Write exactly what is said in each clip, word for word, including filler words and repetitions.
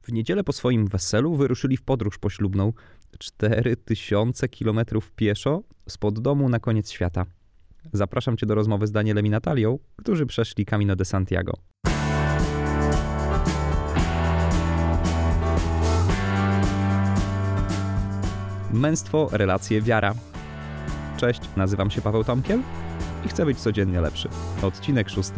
W niedzielę po swoim weselu wyruszyli w podróż poślubną cztery tysiące kilometrów pieszo spod domu na koniec świata. Zapraszam Cię do rozmowy z Danielem i Natalią, którzy przeszli Camino de Santiago. Męstwo, relacje, wiara. Cześć, nazywam się Paweł Tomkiel i chcę być codziennie lepszy. Odcinek szósty.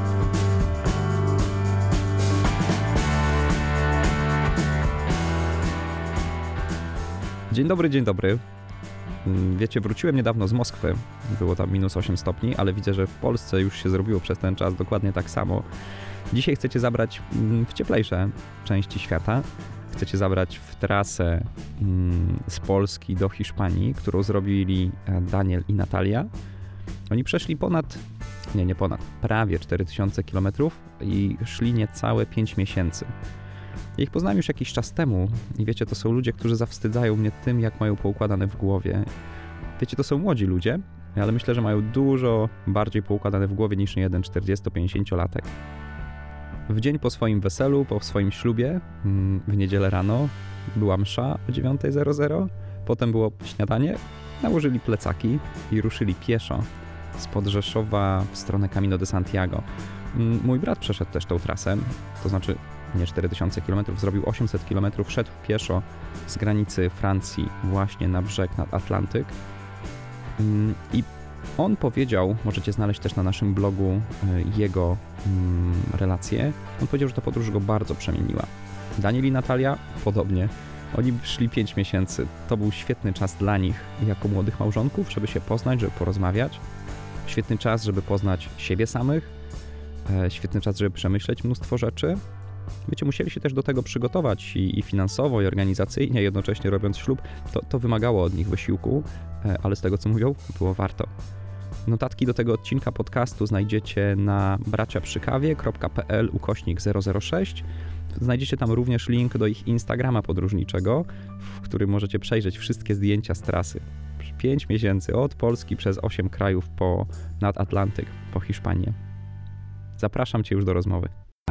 Dzień dobry, dzień dobry. Wiecie, wróciłem niedawno z Moskwy. Było tam minus osiem stopni, ale widzę, że w Polsce już się zrobiło przez ten czas dokładnie tak samo. Dzisiaj chcę Cię zabrać w cieplejsze części świata. Chcę Cię zabrać w trasę z Polski do Hiszpanii, którą zrobili Daniel i Natalia. Oni przeszli ponad, nie, nie ponad, prawie cztery tysiące kilometrów i szli niecałe pięć miesięcy. Ja ich poznałem już jakiś czas temu i wiecie, to są ludzie, którzy zawstydzają mnie tym, jak mają poukładane w głowie. Wiecie, to są młodzi ludzie, ale myślę, że mają dużo bardziej poukładane w głowie niż jeden czterdziesto-pięćdziesięciolatek. W dzień po swoim weselu, po swoim ślubie, w niedzielę rano, była msza o dziewiąta zero zero, potem było śniadanie, nałożyli plecaki i ruszyli pieszo spod Rzeszowa w stronę Camino de Santiago. Mój brat przeszedł też tą trasę, to znaczy nie cztery tysiące kilometrów, zrobił osiemset kilometrów, szedł pieszo z granicy Francji właśnie na brzeg, nad Atlantyk. I on powiedział, możecie znaleźć też na naszym blogu jego relacje, on powiedział, że ta podróż go bardzo przemieniła. Daniel i Natalia podobnie. Oni szli pięć miesięcy. To był świetny czas dla nich jako młodych małżonków, żeby się poznać, żeby porozmawiać. Świetny czas, żeby poznać siebie samych. Świetny czas, żeby przemyśleć mnóstwo rzeczy. Wiecie, musieli się też do tego przygotować i, i finansowo, i organizacyjnie, jednocześnie robiąc ślub. To, to wymagało od nich wysiłku, ale z tego, co mówią, było warto. Notatki do tego odcinka podcastu znajdziecie na braciaprzykawie kropka pe el ukośnik zero zero sześć. Znajdziecie tam również link do ich Instagrama podróżniczego, w którym możecie przejrzeć wszystkie zdjęcia z trasy. Pięć miesięcy od Polski przez osiem krajów po nad Atlantyk, po Hiszpanię. Zapraszam Cię już do rozmowy.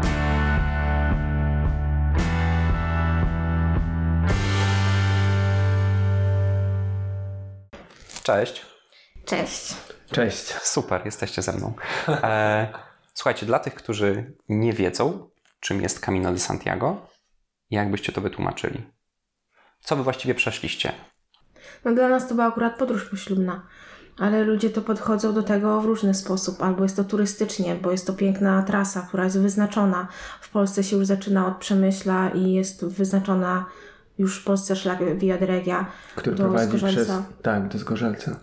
Cześć. Cześć. Cześć. Super, jesteście ze mną. E, słuchajcie, dla tych, którzy nie wiedzą, czym jest Camino de Santiago, jak byście to wytłumaczyli? Co wy właściwie przeszliście? No dla nas to była akurat podróż poślubna, ale ludzie to podchodzą do tego w różny sposób. Albo jest to turystycznie, bo jest to piękna trasa, która jest wyznaczona. W Polsce się już zaczyna od Przemyśla i jest wyznaczona już w Polsce szlak Via de Regia który do prowadzi Zgorzelca. przez, tak, do Zgorzelca.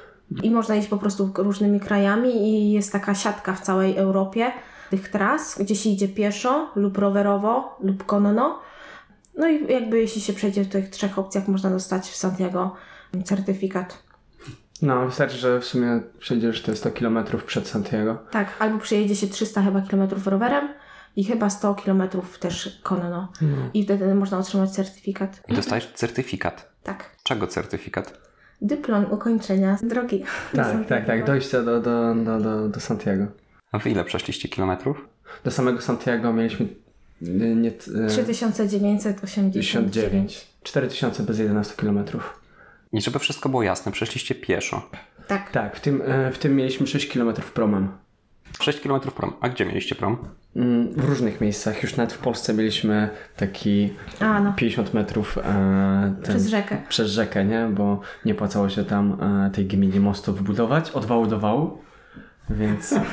I można iść po prostu różnymi krajami i jest taka siatka w całej Europie tych tras, gdzie się idzie pieszo lub rowerowo lub konno. No i jakby jeśli się przejdzie w tych trzech opcjach, można dostać w Santiago certyfikat. No, wystarczy, że w sumie przejdziesz te sto kilometrów przed Santiago. Tak, albo przejedzie się trzysta chyba kilometrów rowerem i chyba sto kilometrów też konno. No. I wtedy można otrzymać certyfikat. I dostajesz certyfikat. Tak. Czego certyfikat? Dyplom ukończenia drogi. Tak, tak, tak. Dojścia do, do, do, do, do Santiago. A wy ile przeszliście kilometrów? Do samego Santiago mieliśmy nie, nie, trzy tysiące dziewięćset osiemdziesiąt dziewięć. cztery tysiące bez jedenaście kilometrów. I żeby wszystko było jasne, przeszliście pieszo. Tak. Tak, w tym, w tym mieliśmy sześć kilometrów promem. sześć kilometrów prom. A gdzie mieliście prom? W różnych miejscach. Już nawet w Polsce mieliśmy taki A, no. pięćdziesiąt metrów e, ten, Przez rzekę. Przez rzekę, nie? Bo nie opłacało się tam e, tej gminy mostu wybudować od wału do wału. Więc e,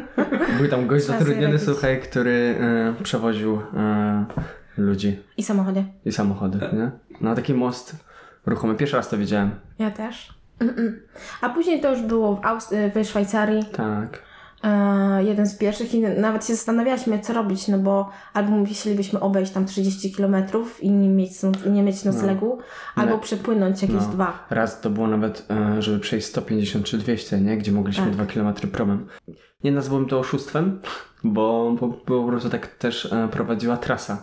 był tam gość zatrudniony, słuchaj, który e, przewoził e, ludzi. I samochody. I samochody, nie? No taki most ruchomy. Pierwszy raz to widziałem. Ja też. Mm-mm. A później to już było w, Aust- w Szwajcarii. Tak. E, jeden z pierwszych i nawet się zastanawialiśmy, co robić, no bo albo musielibyśmy obejść tam trzydzieści kilometrów i nie mieć, nie mieć noclegu, no. albo no. przepłynąć jakieś no. dwa. Raz to było nawet, e, żeby przejść sto pięćdziesiąt czy dwieście, nie? Gdzie mogliśmy tak. dwa kilometry promem. Nie nazwałbym to oszustwem, bo, bo, bo po prostu tak też e, prowadziła trasa.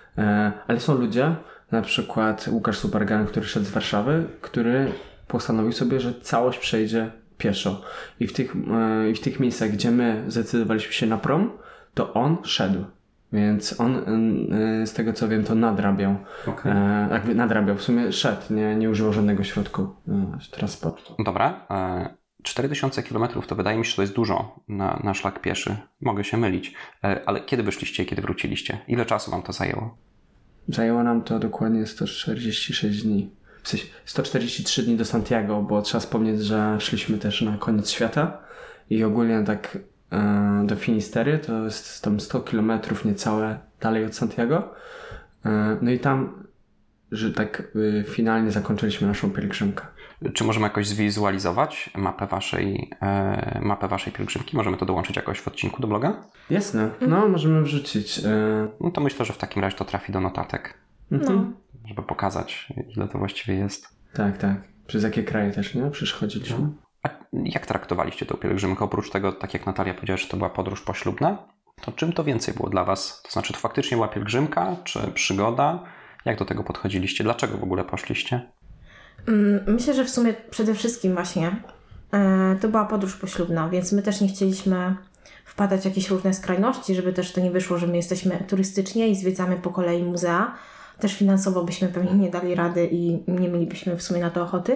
E, ale są ludzie, na przykład Łukasz Supergan, który szedł z Warszawy, który postanowił sobie, że całość przejdzie pieszo. I w tych, yy, w tych miejscach, gdzie my zdecydowaliśmy się na prom, to on szedł. Więc on y, z tego co wiem to nadrabiał. Okay. E, jakby nadrabiał, w sumie szedł, nie, nie używał żadnego środku y, transportu. Dobra. E, cztery tysiące kilometrów to wydaje mi się, że to jest dużo na, na szlak pieszy. Mogę się mylić. E, ale kiedy wyszliście i kiedy wróciliście? Ile czasu wam to zajęło? Zajęło nam to dokładnie sto czterdzieści sześć dni. W sensie sto czterdzieści trzy dni do Santiago, bo trzeba wspomnieć, że szliśmy też na koniec świata i ogólnie tak e, do Finistery to jest tam sto kilometrów niecałe dalej od Santiago. E, no i tam, że tak e, finalnie zakończyliśmy naszą pielgrzymkę. Czy możemy jakoś zwizualizować mapę waszej, e, mapę waszej pielgrzymki? Możemy to dołączyć jakoś w odcinku do bloga? Jasne, no możemy wrzucić. E... No to myślę, że w takim razie to trafi do notatek. Mhm. No. Żeby pokazać, ile to właściwie jest. Tak, tak. Przez jakie kraje też, nie? Przecież chodziliśmy. No. A jak traktowaliście tę pielgrzymkę? Oprócz tego, tak jak Natalia powiedziała, że to była podróż poślubna, to czym to więcej było dla was? To znaczy, to faktycznie była pielgrzymka, czy przygoda? Jak do tego podchodziliście? Dlaczego w ogóle poszliście? Myślę, że w sumie przede wszystkim właśnie e, to była podróż poślubna, więc my też nie chcieliśmy wpadać w jakieś różne skrajności, żeby też to nie wyszło, że my jesteśmy turystycznie i zwiedzamy po kolei muzea. Też finansowo byśmy pewnie nie dali rady i nie mielibyśmy w sumie na to ochoty.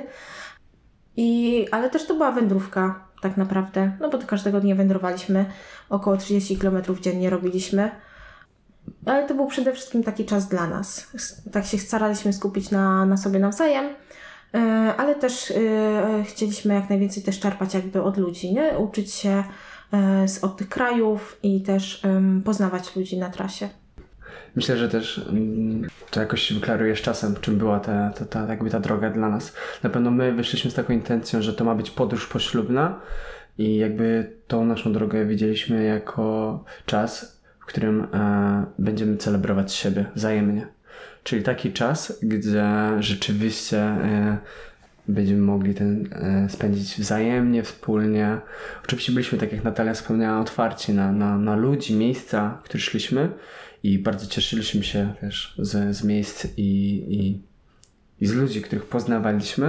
I, ale też to była wędrówka tak naprawdę, no bo to każdego dnia wędrowaliśmy, około trzydzieści kilometrów dziennie robiliśmy. Ale to był przede wszystkim taki czas dla nas. Tak się staraliśmy skupić na, na sobie nawzajem, yy, ale też yy, chcieliśmy jak najwięcej też czerpać jakby od ludzi, nie? Uczyć się yy, z, od tych krajów i też yy, poznawać ludzi na trasie. Myślę, że też mm, to jakoś się wyklaruje z czasem, czym była ta, ta, ta, jakby ta droga dla nas. Na pewno my wyszliśmy z taką intencją, że to ma być podróż poślubna i jakby tą naszą drogę widzieliśmy jako czas, w którym e, będziemy celebrować siebie wzajemnie. Czyli taki czas, gdzie rzeczywiście e, będziemy mogli ten e, spędzić wzajemnie, wspólnie. Oczywiście byliśmy, tak jak Natalia wspomniała, otwarci na, na, na ludzi, miejsca, w których szliśmy i bardzo cieszyliśmy się wiesz, z, z miejsc i, i, i z ludzi, których poznawaliśmy.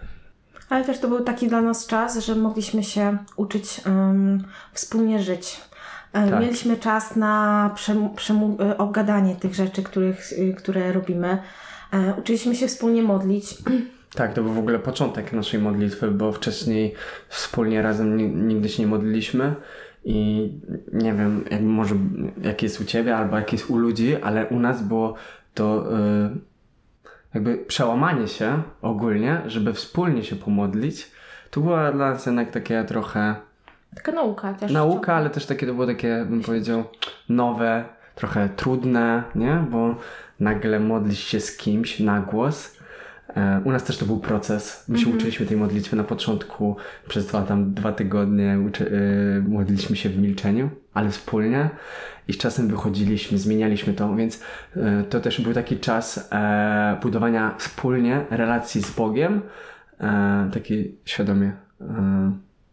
Ale też to był taki dla nas czas, że mogliśmy się uczyć um, wspólnie żyć. Tak. Mieliśmy czas na przemu- przemu- obgadanie tych rzeczy, których, które robimy. Uczyliśmy się wspólnie modlić. Tak, to był w ogóle początek naszej modlitwy, bo wcześniej wspólnie razem nigdy się nie modliliśmy i nie wiem, jak może jak jest u Ciebie albo jak jest u ludzi, ale u nas było to yy, jakby przełamanie się ogólnie, żeby wspólnie się pomodlić. To była dla nas jednak takie trochę taka nauka też. Nauka, ale też takie to było takie, bym powiedział, nowe, trochę trudne, nie? Bo nagle modlisz się z kimś na głos. E, u nas też to był proces. My się mm-hmm. uczyliśmy tej modlitwy na początku. Przez dwa, tam, dwa tygodnie uczy, y, modliliśmy się w milczeniu, ale wspólnie. I z czasem wychodziliśmy, zmienialiśmy to, więc y, to też był taki czas e, budowania wspólnie relacji z Bogiem. E, taki świadomie. E,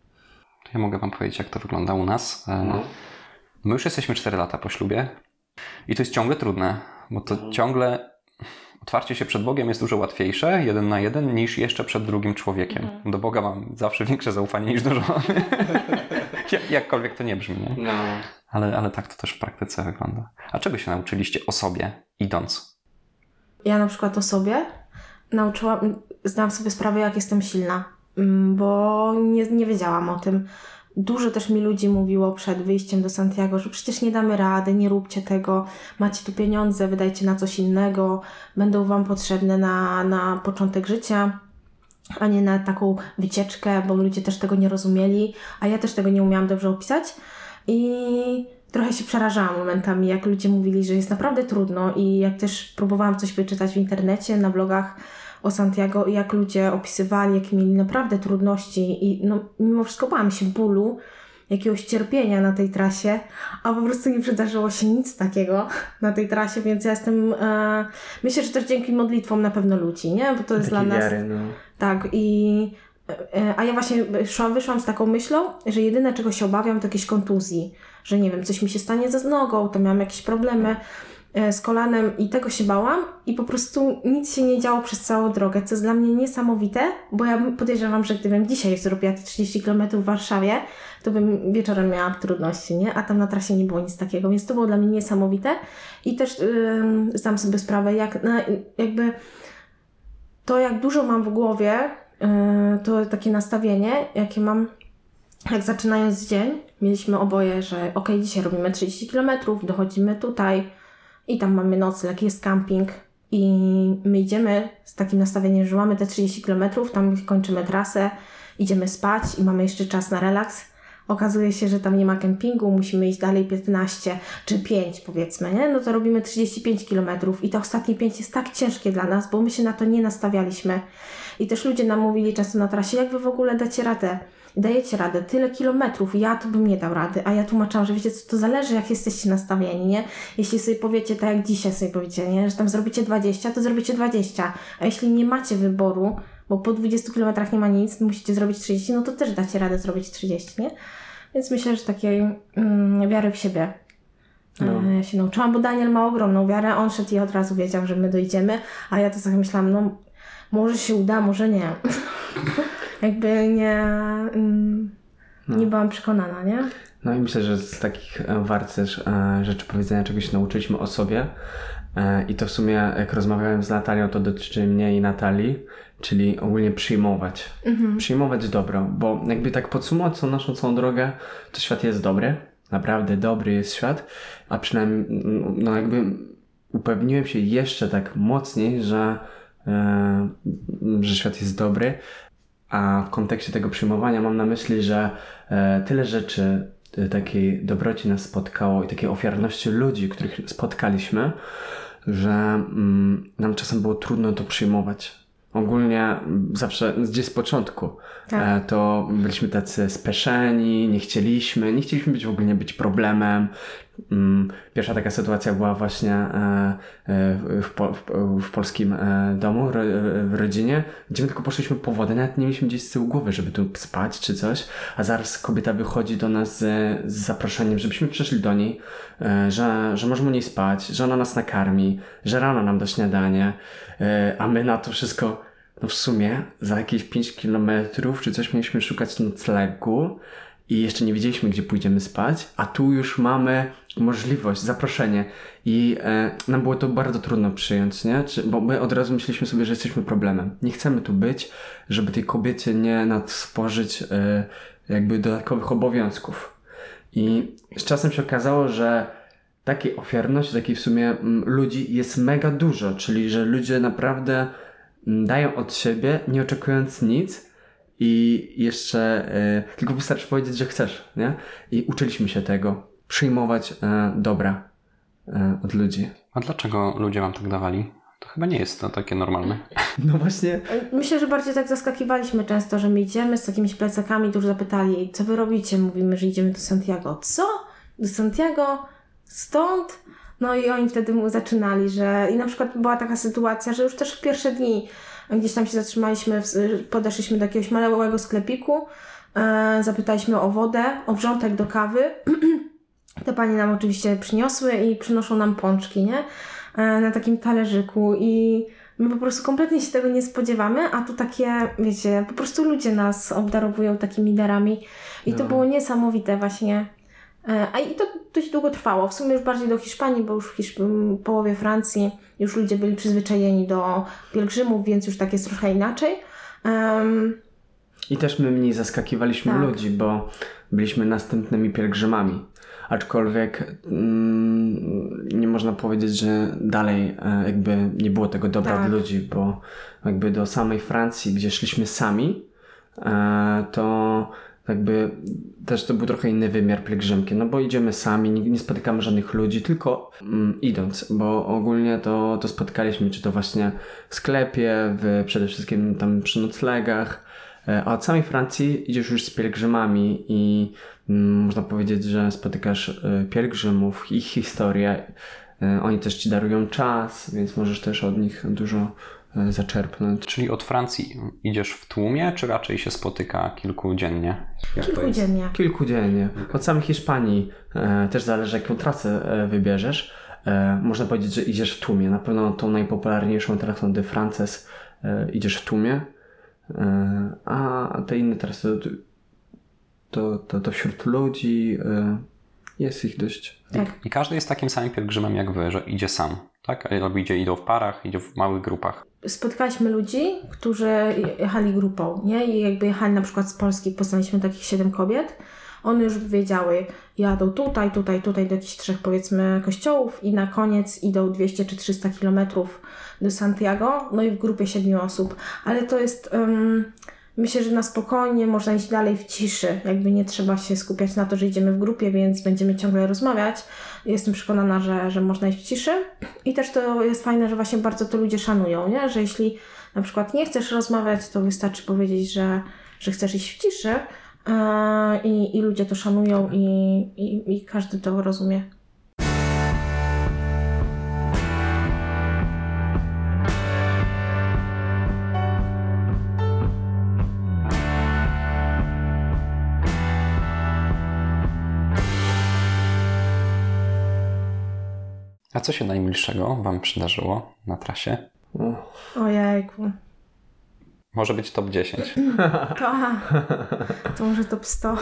Ja mogę wam powiedzieć, jak to wygląda u nas. No. My już jesteśmy cztery lata po ślubie i to jest ciągle trudne, bo to mhm. ciągle otwarcie się przed Bogiem jest dużo łatwiejsze, jeden na jeden, niż jeszcze przed drugim człowiekiem. Mhm. Do Boga mam zawsze większe zaufanie niż do żony. Jakkolwiek to nie brzmi, nie? No. Ale, ale tak to też w praktyce wygląda. A czego się nauczyliście o sobie idąc? Ja na przykład o sobie nauczyłam, zdałam sobie sprawę, jak jestem silna. Bo nie, nie wiedziałam o tym. Dużo też mi ludzi mówiło przed wyjściem do Santiago, że przecież nie damy rady, nie róbcie tego, macie tu pieniądze, wydajcie na coś innego, będą wam potrzebne na, na początek życia, a nie na taką wycieczkę, bo ludzie też tego nie rozumieli, a ja też tego nie umiałam dobrze opisać i trochę się przerażałam momentami, jak ludzie mówili, że jest naprawdę trudno i jak też próbowałam coś wyczytać w internecie, na blogach o Santiago i jak ludzie opisywali, jakie mieli naprawdę trudności i no, mimo wszystko bałam się bólu, jakiegoś cierpienia na tej trasie, a po prostu nie przydarzyło się nic takiego na tej trasie, więc ja jestem, e, myślę, że też dzięki modlitwom na pewno ludzi, nie? Bo to jest Taki dla nas... wiary, no. Tak i... E, a ja właśnie szłam, wyszłam z taką myślą, że jedyne czego się obawiam to jakieś kontuzji, że nie wiem, coś mi się stanie ze nogą, to miałam jakieś problemy, z kolanem i tego się bałam i po prostu nic się nie działo przez całą drogę, co jest dla mnie niesamowite, bo ja podejrzewam, że gdybym dzisiaj zrobiła te trzydzieści kilometrów w Warszawie, to bym wieczorem miała trudności, nie? A tam na trasie nie było nic takiego, więc to było dla mnie niesamowite i też yy, zdam sobie sprawę, jak na, jakby to, jak dużo mam w głowie, yy, to takie nastawienie, jakie mam, jak zaczynając dzień, mieliśmy oboje, że ok, dzisiaj robimy trzydzieści kilometrów, dochodzimy tutaj i tam mamy nocleg, jest camping i my idziemy z takim nastawieniem, że mamy te trzydzieści kilometrów, tam kończymy trasę, idziemy spać i mamy jeszcze czas na relaks. Okazuje się, że tam nie ma kempingu, musimy iść dalej piętnaście czy pięć powiedzmy, nie? No to robimy trzydzieści pięć kilometrów i to ostatnie pięć jest tak ciężkie dla nas, bo my się na to nie nastawialiśmy. I też ludzie nam mówili często na trasie, jak wy w ogóle dacie radę? Dajecie radę, tyle kilometrów, ja to bym nie dał rady, a ja tłumaczyłam, że wiecie co, to zależy jak jesteście nastawieni, nie? Jeśli sobie powiecie tak jak dzisiaj sobie powiecie, nie? Że tam zrobicie dwadzieścia, to zrobicie dwadzieścia, a jeśli nie macie wyboru, bo po dwudziestu kilometrach nie ma nic, musicie zrobić trzydzieści, no to też dacie radę zrobić trzydzieści, nie? Więc myślę, że takiej mm, wiary w siebie no. Ja się nauczyłam, bo Daniel ma ogromną wiarę, on szedł i od razu wiedział, że my dojdziemy, a ja to sobie myślałam, no może się uda, może nie. Jakby nie, mm, nie no. byłam przekonana, nie? No i myślę, że z takich wart też e, rzeczy powiedzenia, czego się nauczyliśmy o sobie e, i to w sumie jak rozmawiałem z Natalią, to dotyczy mnie i Natalii, czyli ogólnie przyjmować. Mhm. Przyjmować dobro, bo jakby tak podsumować tą naszą całą drogę, to świat jest dobry, naprawdę dobry jest świat, a przynajmniej no jakby upewniłem się jeszcze tak mocniej, że, e, że świat jest dobry, a w kontekście tego przyjmowania mam na myśli, że e, tyle rzeczy e, takiej dobroci nas spotkało i takiej ofiarności ludzi, których spotkaliśmy, że mm, nam czasem było trudno to przyjmować. Ogólnie zawsze gdzieś z początku tak. e, to byliśmy tacy speszeni, nie chcieliśmy, nie chcieliśmy być w ogóle nie być problemem. Mm, pierwsza taka sytuacja była właśnie e, e, w, po, w, w polskim e, domu, ro, w rodzinie, gdzie my tylko poszliśmy po wodę, nawet nie mieliśmy gdzieś z tyłu głowy, żeby tu spać czy coś, a zaraz kobieta wychodzi do nas z, z zaproszeniem, żebyśmy przyszli do niej, e, że, że możemy u niej spać, że ona nas nakarmi, że rano nam da śniadanie, e, a my na to wszystko no w sumie za jakieś pięć kilometrów czy coś mieliśmy szukać noclegu i jeszcze nie wiedzieliśmy, gdzie pójdziemy spać, a tu już mamy możliwość, zaproszenie i e, nam było to bardzo trudno przyjąć, nie? Czy, bo my od razu myśleliśmy sobie, że jesteśmy problemem. Nie chcemy tu być, żeby tej kobiecie nie nadsporzyć e, jakby dodatkowych obowiązków. I z czasem się okazało, że takiej ofiarności, takiej w sumie m, ludzi jest mega dużo, czyli że ludzie naprawdę dają od siebie, nie oczekując nic i jeszcze e, tylko wystarczy powiedzieć, że chcesz, nie? I uczyliśmy się tego, przyjmować e, dobra e, od ludzi. A dlaczego ludzie wam tak dawali? To chyba nie jest to takie normalne. No właśnie. Myślę, że bardziej tak zaskakiwaliśmy często, że my idziemy z takimiś plecakami, to już zapytali, co wy robicie? Mówimy, że idziemy do Santiago. Co? Do Santiago? Stąd? No i oni wtedy mu zaczynali, że i na przykład była taka sytuacja, że już też w pierwsze dni gdzieś tam się zatrzymaliśmy, podeszliśmy do jakiegoś małego sklepiku, e, zapytaliśmy o wodę, o wrzątek do kawy. Te panie nam oczywiście przyniosły i przynoszą nam pączki, nie? E, na takim talerzyku i my po prostu kompletnie się tego nie spodziewamy, a tu takie, wiecie, po prostu ludzie nas obdarowują takimi darami i no. To było niesamowite właśnie. A i to dość długo trwało. W sumie już bardziej do Hiszpanii, bo już w Hiszp- połowie Francji już ludzie byli przyzwyczajeni do pielgrzymów, więc już tak jest trochę inaczej. Um, I też my mniej zaskakiwaliśmy tak. ludzi, bo byliśmy następnymi pielgrzymami. Aczkolwiek mm, nie można powiedzieć, że dalej e, jakby nie było tego dobra tak. od ludzi, bo jakby do samej Francji, gdzie szliśmy sami, e, to jakby też to był trochę inny wymiar pielgrzymki, no bo idziemy sami, nie, nie spotykamy żadnych ludzi, tylko mm, idąc, bo ogólnie to, to spotkaliśmy, czy to właśnie w sklepie, w, przede wszystkim tam przy noclegach, a od samej Francji idziesz już z pielgrzymami i mm, można powiedzieć, że spotykasz y, pielgrzymów, ich historię, y, oni też ci darują czas, więc możesz też od nich dużo zaczerpnąć. Czyli od Francji idziesz w tłumie, czy raczej się spotyka kilkudziennie? Jak kilkudziennie. Kilkudziennie. Od samej Hiszpanii e, też zależy, jaką trasę e, wybierzesz. e, można powiedzieć, że idziesz w tłumie. Na pewno tą najpopularniejszą trasą de Frances e, idziesz w tłumie, e, a te inne trasy to, to, to, to wśród ludzi e, jest ich dość. Tak. I każdy jest takim samym pielgrzymem jak wy, że idzie sam, tak? Albo idzie, idą w parach, idzie w małych grupach. Spotkaliśmy ludzi, którzy jechali grupą, nie? I jakby jechali na przykład z Polski, poznaliśmy takich siedem kobiet. One już wiedziały, jadą tutaj, tutaj, tutaj do jakichś trzech, powiedzmy, kościołów i na koniec idą dwieście czy trzysta kilometrów do Santiago, no i w grupie siedmiu osób. Ale to jest, um, myślę, że na spokojnie można iść dalej w ciszy, jakby nie trzeba się skupiać na to, że idziemy w grupie, więc będziemy ciągle rozmawiać. Jestem przekonana, że, że można iść w ciszy i też to jest fajne, że właśnie bardzo to ludzie szanują, nie? Że jeśli na przykład nie chcesz rozmawiać, to wystarczy powiedzieć, że, że chcesz iść w ciszy, I, i ludzie to szanują i, i, i każdy to rozumie. A co się najmilszego wam przydarzyło na trasie? O. Ojejku. Może być top dziesięć. To, aha. To może top sto.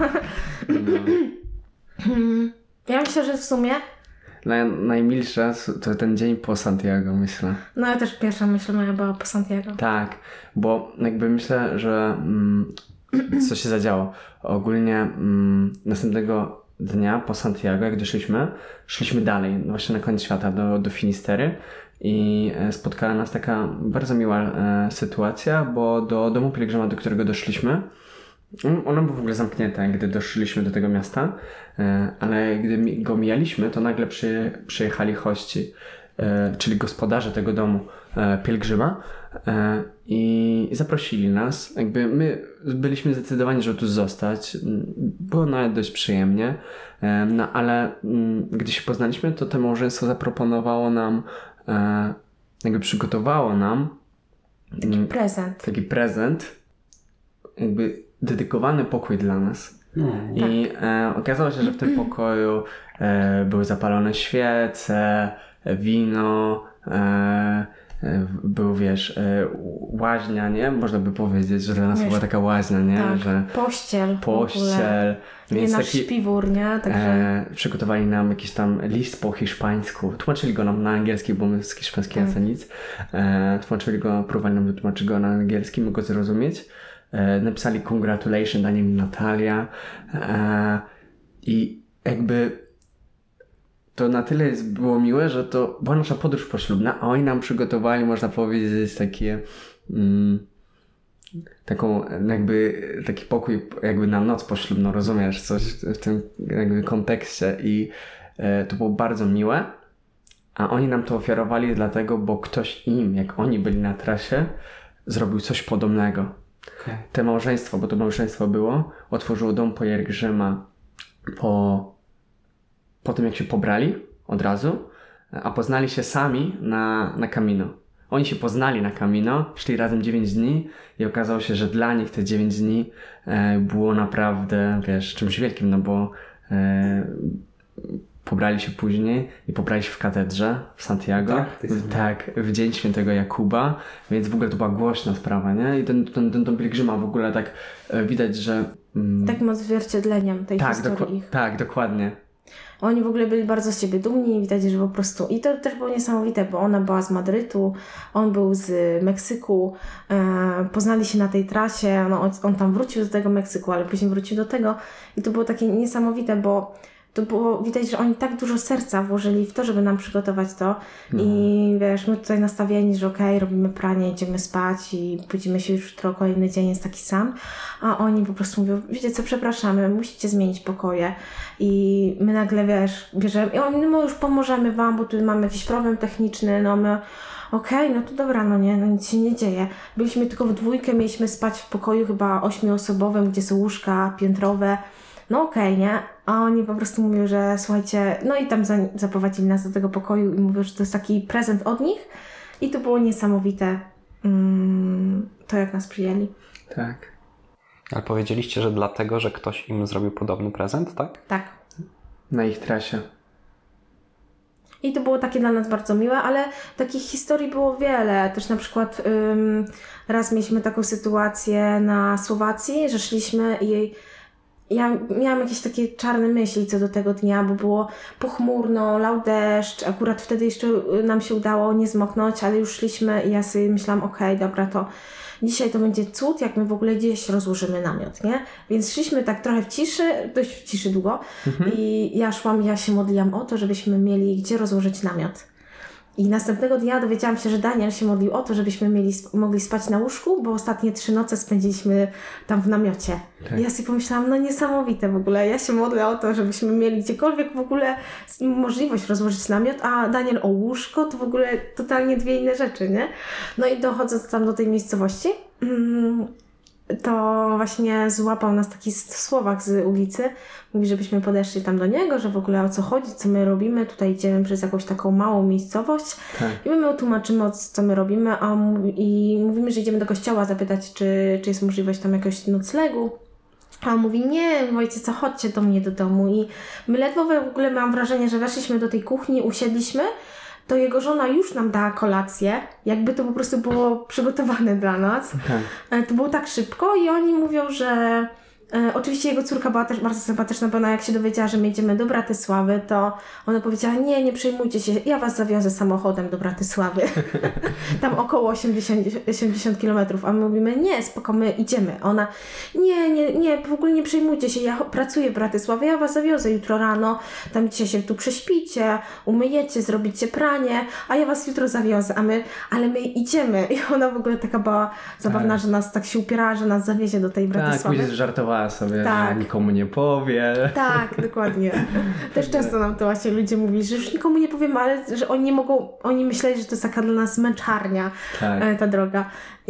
Ja myślę, że w sumie... Naj, najmilsza to ten dzień po Santiago, myślę. No ja też pierwsza myśl moja była po Santiago. Tak, bo jakby myślę, że mm, co się zadziało. Ogólnie mm, następnego dnia po Santiago, jak doszliśmy, szliśmy dalej, właśnie na koniec świata, do, do Finistery. I spotkała nas taka bardzo miła e, sytuacja, bo do domu pielgrzyma, do którego doszliśmy, ono było w ogóle zamknięte, gdy doszliśmy do tego miasta, e, ale gdy go mijaliśmy, to nagle przy, przyjechali hości, e, czyli gospodarze tego domu e, pielgrzyma e, i zaprosili nas. Jakby my byliśmy zdecydowani, żeby tu zostać. Było nawet dość przyjemnie, e, no ale m, gdy się poznaliśmy, to to małżeństwo zaproponowało nam E, jakby przygotowało nam taki m, prezent. taki prezent, jakby dedykowany pokój dla nas. Hmm. I e, okazało się, że w tym pokoju e, były zapalone świece, wino, e, e, był, wiesz, e, łaźnia, nie? Można by powiedzieć, że dla nas Wiesz, była taka łaźnia, nie? Tak, że pościel. pościel. Nie Więc nasz taki, śpiwór, nie? Także... E, przygotowali nam jakiś tam list po hiszpańsku. Tłumaczyli go nam na angielski, bo my z hiszpańskiego Tak. tak. nic. E, tłumaczyli go, próbowali nam wytłumaczyć go na angielski, my go zrozumieć. E, napisali congratulations, na nim Natalia. E, I jakby to na tyle jest, było miłe, że to była nasza podróż poślubna, a oni nam przygotowali, można powiedzieć, takie... Mm, taką jakby taki pokój jakby na noc poślubną, rozumiesz, coś w tym jakby kontekście i e, to było bardzo miłe, a oni nam to ofiarowali dlatego, bo ktoś im, jak oni byli na trasie, zrobił coś podobnego. Okay. Te małżeństwo, bo to małżeństwo było, otworzyło dom pielgrzyma po, po tym, jak się pobrali od razu, a poznali się sami na, na Camino. Oni się poznali na Camino, szli razem dziewięć dni i okazało się, że dla nich te dziewięć dni e, było naprawdę, wiesz, czymś wielkim, no bo e, pobrali się później i pobrali się w katedrze w Santiago. Tak, to jest... tak, w dzień świętego Jakuba, więc w ogóle to była głośna sprawa, nie? I ten, ten, ten, ten pielgrzyma w ogóle tak e, widać, że... Mm, takim odzwierciedleniem tej tak, historii doku- ich. tak, dokładnie. Oni w ogóle byli bardzo z siebie dumni i widać, że po prostu... I to też było niesamowite, bo ona była z Madrytu, on był z Meksyku, e, poznali się na tej trasie, no, on, on tam wrócił do tego Meksyku, ale później wrócił do tego i to było takie niesamowite, bo to było widać, że oni tak dużo serca włożyli w to, żeby nam przygotować to No. i wiesz, my tutaj nastawieni, że okej, okay, robimy pranie, idziemy spać i budzimy się już jutro, kolejny dzień jest taki sam, a oni po prostu mówią, wiecie co, przepraszamy, musicie zmienić pokoje i my nagle, wiesz, bierzemy i oni, no już pomożemy wam, bo tu mamy jakiś problem techniczny, no my okej, okay, no to dobra, no nie, no nic się nie dzieje. Byliśmy tylko w dwójkę, mieliśmy spać w pokoju chyba ośmioosobowym, gdzie są łóżka piętrowe, no okej, okay, nie? A oni po prostu mówią, że słuchajcie, no i tam za, zaprowadzili nas do tego pokoju i mówią, że to jest taki prezent od nich i to było niesamowite, mm, to jak nas przyjęli. Tak. Ale powiedzieliście, że dlatego, że ktoś im zrobił podobny prezent, tak? Tak. Na ich trasie. I to było takie dla nas bardzo miłe, ale takich historii było wiele. Też na przykład ym, raz mieliśmy taką sytuację na Słowacji, że szliśmy i ja miałam jakieś takie czarne myśli co do tego dnia, bo było pochmurno, lał deszcz, akurat wtedy jeszcze nam się udało nie zmoknąć, ale już szliśmy i ja sobie myślałam, okej, okay, dobra, to dzisiaj to będzie cud, jak my w ogóle gdzieś rozłożymy namiot, nie? Więc szliśmy tak trochę w ciszy, dość w ciszy długo mhm. i ja szłam, ja się modliłam o to, żebyśmy mieli gdzie rozłożyć namiot. I następnego dnia dowiedziałam się, że Daniel się modlił o to, żebyśmy mieli, mogli spać na łóżku, bo ostatnie trzy noce spędziliśmy tam w namiocie. Tak. I ja sobie pomyślałam, no niesamowite w ogóle. Ja się modlę o to, żebyśmy mieli gdziekolwiek w ogóle możliwość rozłożyć namiot, a Daniel o łóżko, to w ogóle totalnie dwie inne rzeczy, nie? No i dochodząc tam do tej miejscowości, to właśnie złapał nas taki Słowak z ulicy. Mówi, żebyśmy podeszli tam do niego, że w ogóle o co chodzi, co my robimy. Tutaj idziemy przez jakąś taką małą miejscowość tak. i my mu tłumaczymy, co my robimy, a mówi, i mówimy, że idziemy do kościoła zapytać, czy, czy jest możliwość tam jakiegoś noclegu. A on mówi, nie, ojcie, co, chodźcie do mnie do domu. I my ledwo w ogóle mam wrażenie, że weszliśmy do tej kuchni, usiedliśmy, to jego żona już nam dała kolację, jakby to po prostu było przygotowane dla nas. Okay. To było tak szybko i oni mówią, że e, oczywiście jego córka była też bardzo sympatyczna, bo ona jak się dowiedziała, że my jedziemy do Bratysławy, to ona powiedziała, nie, nie przejmujcie się, ja was zawiozę samochodem do Bratysławy. Tam około osiemdziesiąt kilometrów, a my mówimy, nie, spoko, my idziemy. A ona, nie, nie, nie, w ogóle nie przejmujcie się, ja pracuję w Bratysławie, ja was zawiozę jutro rano, tam dzisiaj się tu prześpicie, umyjecie, zrobicie pranie, a ja was jutro zawiozę, a my, ale my idziemy. I ona w ogóle taka była zabawna, że nas tak się upierała, że nas zawiezie do tej Bratysławy. Tak, później żartowała sobie, tak. że nikomu nie powie. Tak, dokładnie. Też często nam to właśnie ludzie mówili, że już nikomu nie powiem, ale że oni nie mogą, oni myśleli, że to jest taka dla nas męczarnia, tak. ta droga.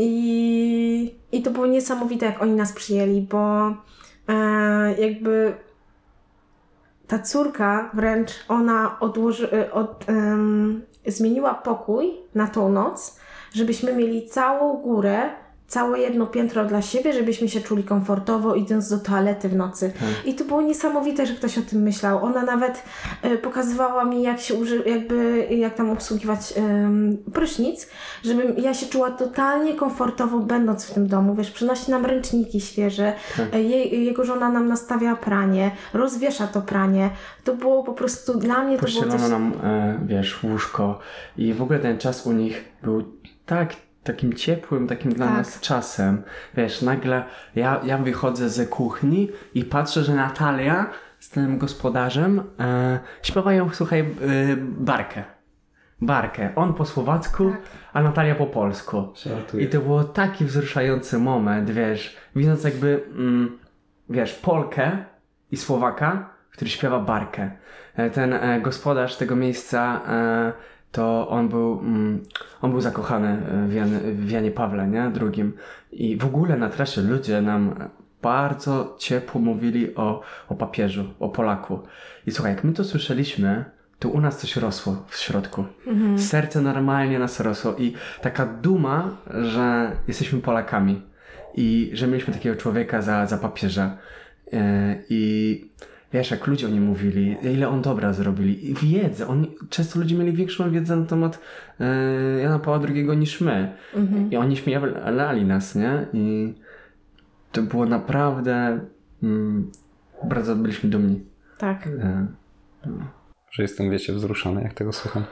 I, I to było niesamowite, jak oni nas przyjęli, bo e, jakby ta córka wręcz, ona odłoży, od, um, zmieniła pokój na tą noc, żebyśmy mieli całą górę, całe jedno piętro dla siebie, żebyśmy się czuli komfortowo idąc do toalety w nocy. Hmm. I to było niesamowite, że ktoś o tym myślał. Ona nawet y, pokazywała mi, jak się uży, jakby, jak tam obsługiwać y, prysznic, żebym ja się czuła totalnie komfortowo będąc w tym domu. Wiesz, przynosi nam ręczniki świeże, hmm. y, je, jego żona nam nastawia pranie, rozwiesza to pranie. To było po prostu dla mnie... Pościelono to było coś... nam, e, wiesz, łóżko i w ogóle ten czas u nich był tak takim ciepłym, takim dla tak. nas czasem. Wiesz, nagle ja, ja wychodzę ze kuchni i patrzę, że Natalia z tym gospodarzem e, śpiewają, słuchaj, e, barkę. Barkę. On po słowacku, tak. a Natalia po polsku. Żartuję. I to było taki wzruszający moment, wiesz, widząc jakby, mm, wiesz, Polkę i Słowaka, który śpiewa barkę. E, ten e, gospodarz tego miejsca e, to on był, mm, on był zakochany w, Jan, w Janie Pawle, nie? Drugim. I w ogóle na trasie ludzie nam bardzo ciepło mówili o, o papieżu, o Polaku. I słuchaj, jak my to słyszeliśmy, to u nas coś rosło w środku. Mhm. Serce normalnie nas rosło i taka duma, że jesteśmy Polakami i że mieliśmy takiego człowieka za, za papieża. Yy, I wiesz, jak ludzie o nim mówili, ile on dobra zrobili. I wiedzę, on, często ludzie mieli większą wiedzę na temat yy, Jana Pawła drugiego niż my. Mhm. I oni śmiali nas, nie? I to było naprawdę... Mm, bardzo byliśmy dumni. Tak. Yy, no. Że jestem, wiecie, wzruszony, jak tego słucham.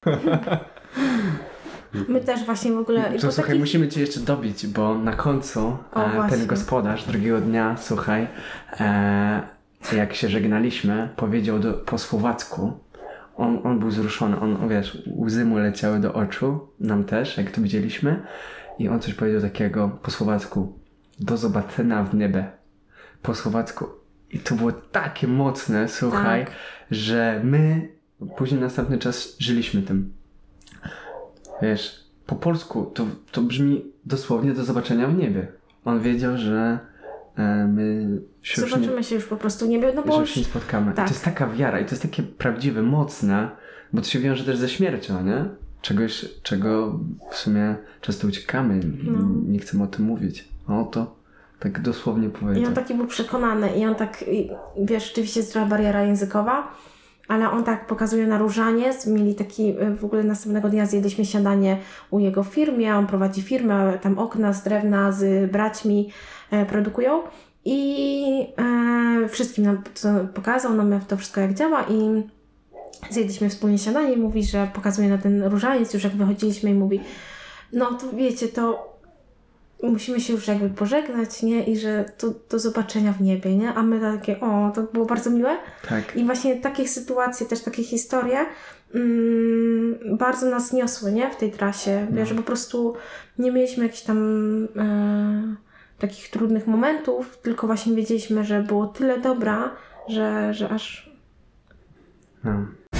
My też właśnie w ogóle... To słuchaj, takich... musimy cię jeszcze dobić, bo na końcu o, e, ten gospodarz drugiego dnia, słuchaj, e, jak się żegnaliśmy, powiedział do, po słowacku, on, on był wzruszony, on, wiesz, łzy mu leciały do oczu, nam też, jak to widzieliśmy, i on coś powiedział takiego po słowacku, do zobaczenia w niebie, po słowacku. I to było takie mocne, słuchaj, tak. że my później następny czas żyliśmy tym. Wiesz, po polsku to, to brzmi dosłownie do zobaczenia w niebie. On wiedział, że e, my się zobaczymy nie, się już po prostu w niebie, no bo że już się nie spotkamy. Tak. I to jest taka wiara i to jest takie prawdziwe, mocne, bo to się wiąże też ze śmiercią, nie? Czegoś, czego w sumie często uciekamy, no. nie chcemy o tym mówić. A oto tak dosłownie powiedział. I on taki był przekonany i on tak, wiesz, rzeczywiście jest trochę bariera językowa, ale on tak pokazuje na różaniec. Mieli taki, w ogóle następnego dnia zjedliśmy śniadanie u jego firmie, on prowadzi firmę, tam okna z drewna z braćmi e, produkują i e, wszystkim nam to pokazał, nam to wszystko jak działa i zjedliśmy wspólnie śniadanie i mówi, że pokazuje na ten różaniec, już jak wychodziliśmy i mówi, no to wiecie, to musimy się już jakby pożegnać, nie? I że to do zobaczenia w niebie, nie? A my takie, o, to było bardzo miłe. Tak. I właśnie takie sytuacje, też takie historie mm, bardzo nas niosły, nie? W tej trasie. No. Wiesz, że po prostu nie mieliśmy jakichś tam e, takich trudnych momentów, tylko właśnie wiedzieliśmy, że było tyle dobra, że, że aż... No.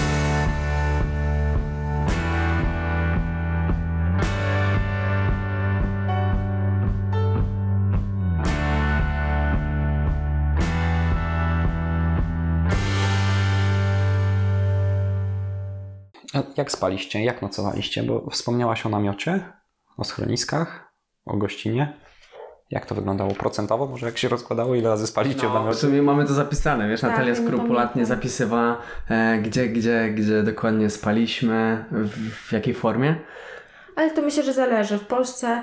A jak spaliście? Jak nocowaliście? Bo wspomniałaś o namiocie, o schroniskach, o gościnie. Jak to wyglądało procentowo? Może jak się rozkładało? Ile razy spaliście w No, w namiocie? sumie mamy to zapisane, wiesz, Tak, Natalia ja nie skrupulatnie pamiętam. zapisywała, e, gdzie, gdzie, gdzie dokładnie spaliśmy, w, w jakiej formie. Ale to myślę, że zależy. W Polsce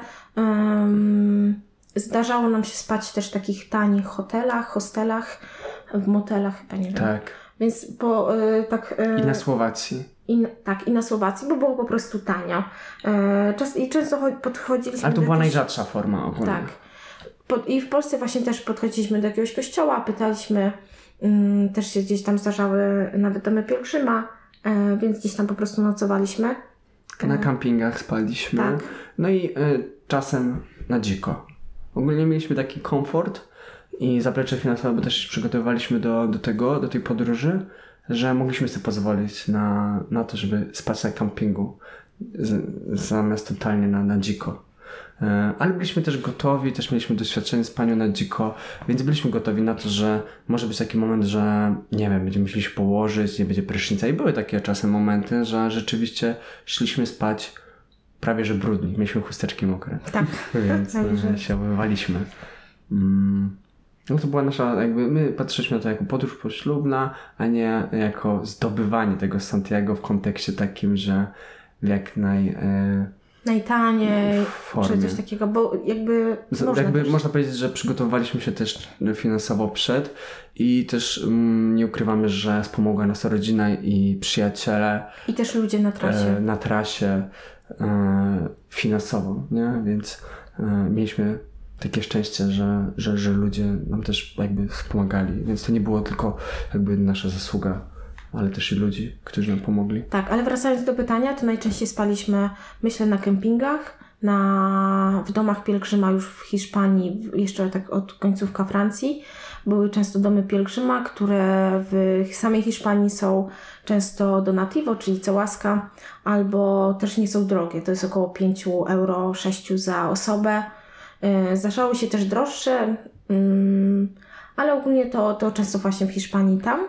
um, zdarzało nam się spać też w takich tanich hotelach, hostelach, w motelach chyba, nie wiem. Tak. Więc po y, tak... Y, I na Słowacji. I, tak, i na Słowacji, bo było po prostu tanio. E, czas, I często cho- podchodziliśmy Ale to do była jakiejś- najrzadsza forma ogólnie. Tak. Pod, I w Polsce właśnie też podchodziliśmy do jakiegoś kościoła, pytaliśmy, mm, też się gdzieś tam zdarzały nawet domy pielgrzyma, e, więc gdzieś tam po prostu nocowaliśmy. Na kampingach spaliśmy. Tak. No i y, czasem na dziko. Ogólnie mieliśmy taki komfort i zaplecze finansowe, bo też się przygotowywaliśmy do, do tego, do tej podróży, że mogliśmy sobie pozwolić na, na to, żeby spać na kampingu z, zamiast totalnie na, na dziko. E, Ale byliśmy też gotowi, też mieliśmy doświadczenie z panią na dziko, więc byliśmy gotowi na to, że może być taki moment, że nie wiem, będziemy musieli się położyć, nie będzie prysznica i były takie czasem momenty, że rzeczywiście szliśmy spać prawie że brudni, mieliśmy chusteczki mokre, Tak. więc Także- e, się obmywaliśmy. Mm. No to była nasza, jakby my patrzyliśmy na to jako podróż poślubna, a nie jako zdobywanie tego Santiago w kontekście takim, że w jak naj... E, Najtaniej, formie. czy coś takiego, bo jakby Z, można jakby też. można powiedzieć, że przygotowaliśmy się też finansowo przed i też mm, nie ukrywamy, że wspomogła nas rodzina i przyjaciele I też ludzie na trasie. e, na trasie e, finansowo, nie? Więc e, mieliśmy takie szczęście, że, że, że ludzie nam też jakby wspomagali, więc to nie było tylko jakby nasza zasługa, ale też i ludzi, którzy nam pomogli. Tak, ale wracając do pytania, to najczęściej spaliśmy, myślę, na kempingach, na, w domach pielgrzyma już w Hiszpanii, jeszcze tak od końcówka Francji. Były często domy pielgrzyma, które w samej Hiszpanii są często donativo, czyli całaska, albo też nie są drogie. To jest około pięć euro, sześć za osobę. Yy, Zdarzały się też droższe, yy, ale ogólnie to, to często właśnie w Hiszpanii tam.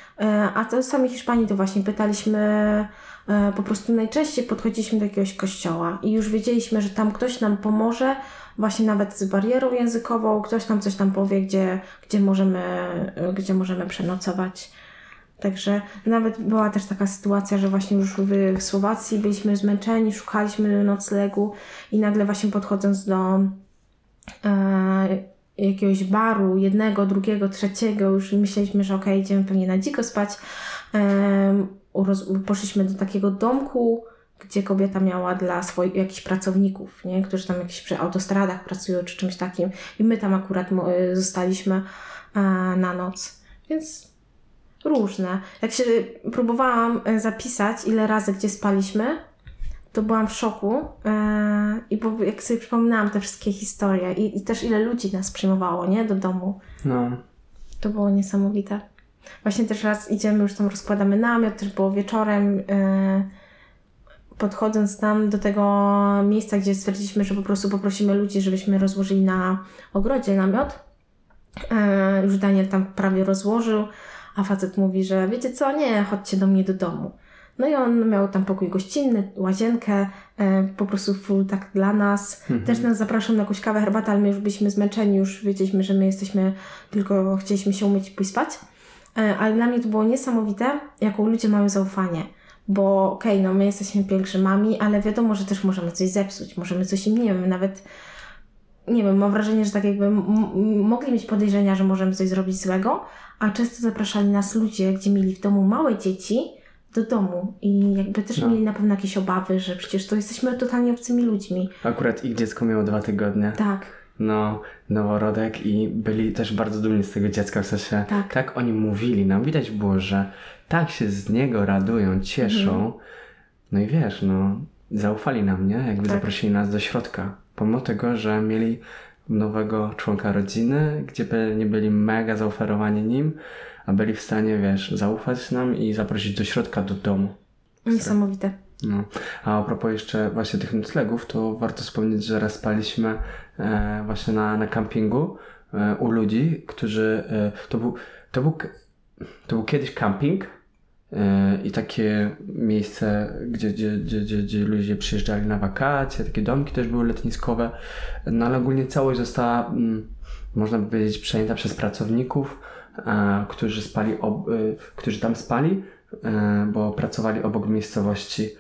A to w samej Hiszpanii to właśnie pytaliśmy, po prostu najczęściej podchodziliśmy do jakiegoś kościoła i już wiedzieliśmy, że tam ktoś nam pomoże, właśnie nawet z barierą językową, ktoś nam coś tam powie, gdzie, gdzie, możemy, gdzie możemy przenocować. Także nawet była też taka sytuacja, że właśnie już w Słowacji byliśmy zmęczeni, szukaliśmy noclegu i nagle właśnie podchodząc do e, jakiegoś baru, jednego, drugiego, trzeciego, już myśleliśmy, że okej, okay, idziemy pewnie na dziko spać. Um, uroz- poszliśmy do takiego domku, gdzie kobieta miała dla swoich jakichś pracowników, nie? Którzy tam jakieś przy autostradach pracują, czy czymś takim. I my tam akurat mo- zostaliśmy e, na noc. Więc różne. Jak się próbowałam zapisać, ile razy gdzie spaliśmy, to byłam w szoku yy, i bo jak sobie przypominałam te wszystkie historie i, i też ile ludzi nas przyjmowało, nie? Do domu. No. To było niesamowite. Właśnie też raz idziemy, już tam rozkładamy namiot, też było wieczorem. Yy, podchodząc tam do tego miejsca, gdzie stwierdziliśmy, że po prostu poprosimy ludzi, żebyśmy rozłożyli na ogrodzie namiot. Yy, już Daniel tam prawie rozłożył, a facet mówi, że wiecie co, nie, chodźcie do mnie do domu. No i on miał tam pokój gościnny, łazienkę, e, po prostu full tak dla nas. Mhm. Też nas zapraszał na jakąś kawę, herbatę, ale my już byliśmy zmęczeni, już wiedzieliśmy, że my jesteśmy, tylko chcieliśmy się umyć i pójść spać. ale dla mnie to było niesamowite, jaką ludzie mają zaufanie. Bo okej, okay, no my jesteśmy pielgrzymami, ale wiadomo, że też możemy coś zepsuć, możemy coś im, nie wiem, nawet, nie wiem, mam wrażenie, że tak jakby m- m- mogli mieć podejrzenia, że możemy coś zrobić złego, a często zapraszali nas ludzie, gdzie mieli w domu małe dzieci, do domu i jakby też no. mieli na pewno jakieś obawy, że przecież to jesteśmy totalnie obcymi ludźmi. Akurat ich dziecko miało dwa tygodnie. Tak. No, noworodek i byli też bardzo dumni z tego dziecka, w sensie tak, tak oni mówili nam, widać było, że tak się z niego radują, cieszą, mhm. no i wiesz, no, zaufali nam, nie? Jakby tak. zaprosili nas do środka, pomimo tego, że mieli nowego członka rodziny, gdzie by nie byli mega zaoferowani nim, a byli w stanie, wiesz, zaufać nam i zaprosić do środka, do domu. Niesamowite. No. A a propos jeszcze właśnie tych noclegów, to warto wspomnieć, że raz spaliśmy e, właśnie na, na kampingu e, u ludzi, którzy... E, to, był, to, był, to był kiedyś camping e, i takie miejsce, gdzie, gdzie, gdzie, gdzie, gdzie ludzie przyjeżdżali na wakacje, takie domki też były letniskowe, no ale ogólnie całość została, m, można by powiedzieć, przejęta przez pracowników, e, którzy spali, ob, e, którzy tam spali, bo pracowali obok miejscowości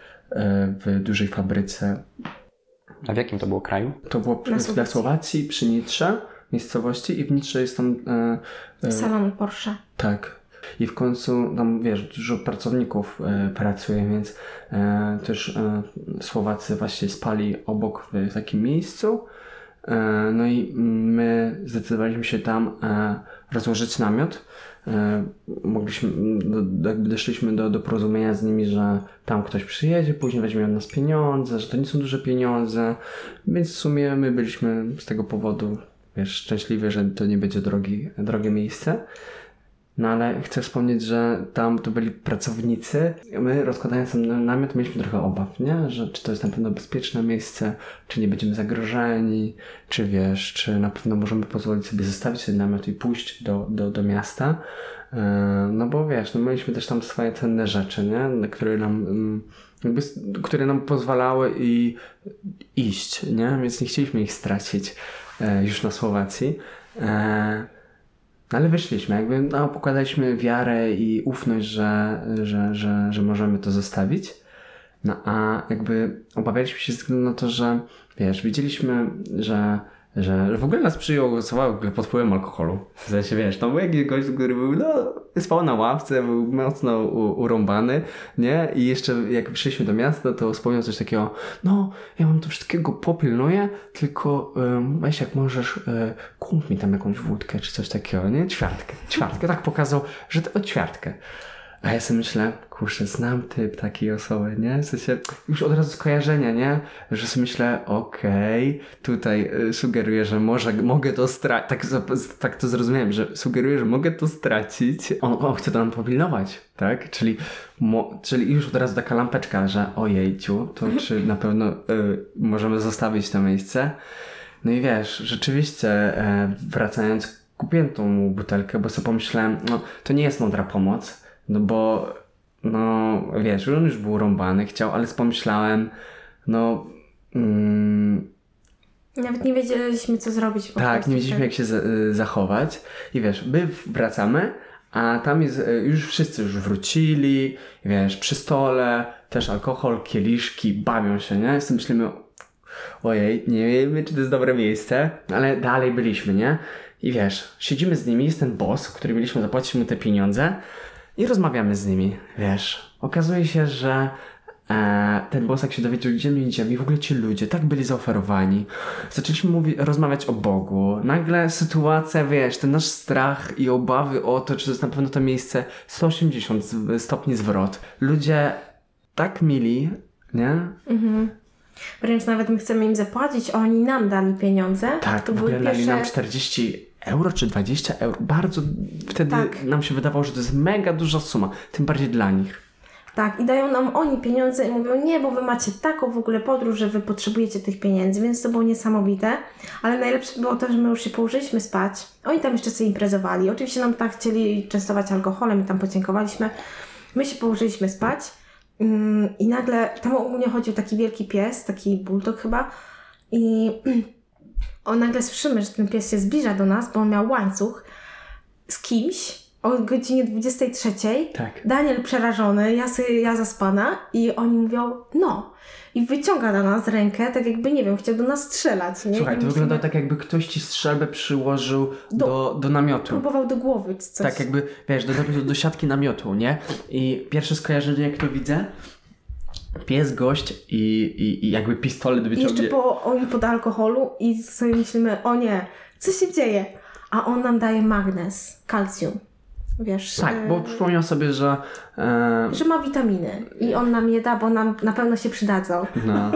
w dużej fabryce. A w jakim to było kraju? To było na Słowacji, Słowacji przy Nitrze, miejscowości i w Nitrze jest tam... E, e, salon Porsche. Tak. I w końcu tam, wiesz, dużo pracowników e, pracuje, więc e, też e, Słowacy właśnie spali obok w takim miejscu. E, no i my zdecydowaliśmy się tam e, rozłożyć namiot. Mogliśmy, jakby doszliśmy do, do porozumienia z nimi, że tam ktoś przyjedzie, później weźmie od nas pieniądze, że to nie są duże pieniądze, więc w sumie my byliśmy z tego powodu, wiesz, szczęśliwi, że to nie będzie drogi, drogie miejsce. No ale chcę wspomnieć, że tam to byli pracownicy. My rozkładając ten namiot mieliśmy trochę obaw, nie? Że czy to jest na pewno bezpieczne miejsce, czy nie będziemy zagrożeni, czy wiesz, czy na pewno możemy pozwolić sobie zostawić ten namiot i pójść do, do, do miasta. No bo wiesz, no mieliśmy też tam swoje cenne rzeczy, nie? Które nam, jakby, które nam pozwalały i iść, nie? Więc nie chcieliśmy ich stracić już na Słowacji. Ale wyszliśmy, jakby no, pokładaliśmy wiarę i ufność, że, że, że, że możemy to zostawić. No a jakby obawialiśmy się ze względu na to, że wiesz, widzieliśmy, że, że w ogóle nas przyjął pod wpływem alkoholu. W sensie, wiesz, tam był jakiś gość, który był, no, spał na ławce, był mocno u, urąbany, nie? I jeszcze jak przyszliśmy do miasta, to wspomniał coś takiego, no, ja mam to wszystkiego popilnuję, tylko um, weź jak możesz, um, kup mi tam jakąś wódkę, czy coś takiego, nie? Ćwiartkę. Ćwiartkę, tak pokazał, że to ćwiartkę. A ja sobie myślę, kurczę, znam typ takiej osoby, nie? W sensie, już od razu skojarzenia, nie? Że sobie myślę, okej, okay, tutaj y, sugeruję, że może, mogę to stracić, tak, tak to zrozumiałem, że sugeruję, że mogę to stracić. On, on chce to nam powilnować, tak? Czyli, mo, czyli już od razu taka lampeczka, że ojejciu, to czy na pewno y, możemy zostawić to miejsce? No i wiesz, rzeczywiście y, wracając, kupiłem tą butelkę, bo sobie pomyślałem, no to nie jest mądra pomoc, no bo, no wiesz, on już był rąbany, chciał, ale pomyślałem, no... Mm, Nawet nie wiedzieliśmy, co zrobić. Po tak, nie wiedzieliśmy, jak się z- zachować. I wiesz, my wracamy, a tam jest, już wszyscy już wrócili, wiesz, przy stole, też alkohol, kieliszki, bawią się, nie? I myślimy, ojej, nie wiemy, czy to jest dobre miejsce, ale dalej byliśmy, nie? I wiesz, siedzimy z nimi, jest ten boss, który mieliśmy zapłacić mu te pieniądze, i rozmawiamy z nimi, wiesz. Okazuje się, że e, ten boss, jak się dowiedział, gdzie my idziemy, i w ogóle ci ludzie tak byli zaoferowani. Zaczęliśmy mówi- rozmawiać o Bogu. Nagle sytuacja, wiesz, ten nasz strach i obawy o to, czy to jest na pewno to miejsce, sto osiemdziesiąt stopni zwrot. Ludzie tak mili, nie? Mhm. Wręcz nawet my chcemy im zapłacić, a oni nam dali pieniądze. Tak, to w ogóle dali pierwsze... nam czterdzieści euro czy dwadzieścia euro. Bardzo wtedy tak. Nam się wydawało, że to jest mega duża suma. Tym bardziej dla nich. Tak, i dają nam oni pieniądze i mówią, nie, bo wy macie taką w ogóle podróż, że wy potrzebujecie tych pieniędzy, więc to było niesamowite. Ale najlepsze było to, że my już się położyliśmy spać. Oni tam jeszcze sobie imprezowali. Oczywiście nam tak chcieli częstować alkoholem i tam podziękowaliśmy. My się położyliśmy spać. I nagle tam ogólnie chodził taki wielki pies, taki bulldog chyba, i on nagle słyszymy, że ten pies się zbliża do nas, bo on miał łańcuch z kimś o godzinie dwudziestej trzeciej. Tak. Daniel przerażony, ja, sobie, ja zaspana i oni mówią, no. I wyciąga na nas rękę, tak jakby, nie wiem, chciał do nas strzelać. Nie? Słuchaj, I to musimy... wygląda tak, jakby ktoś ci strzelbę przyłożył do, do, do namiotu. Próbował do głowy czy coś. Tak, jakby, wiesz, do, do, do siatki namiotu, nie? I pierwsze skojarzenie, jak to widzę, pies, gość i, i, i jakby pistolet I wyciągnie. jeszcze po, oni pod alkoholu i sobie myślimy, o nie, co się dzieje? A on nam daje magnes, kalcjum. Wiesz, Tak, e, bo przypomniał sobie, że... E... że ma witaminy i on nam je da, bo nam na pewno się przydadzą. No.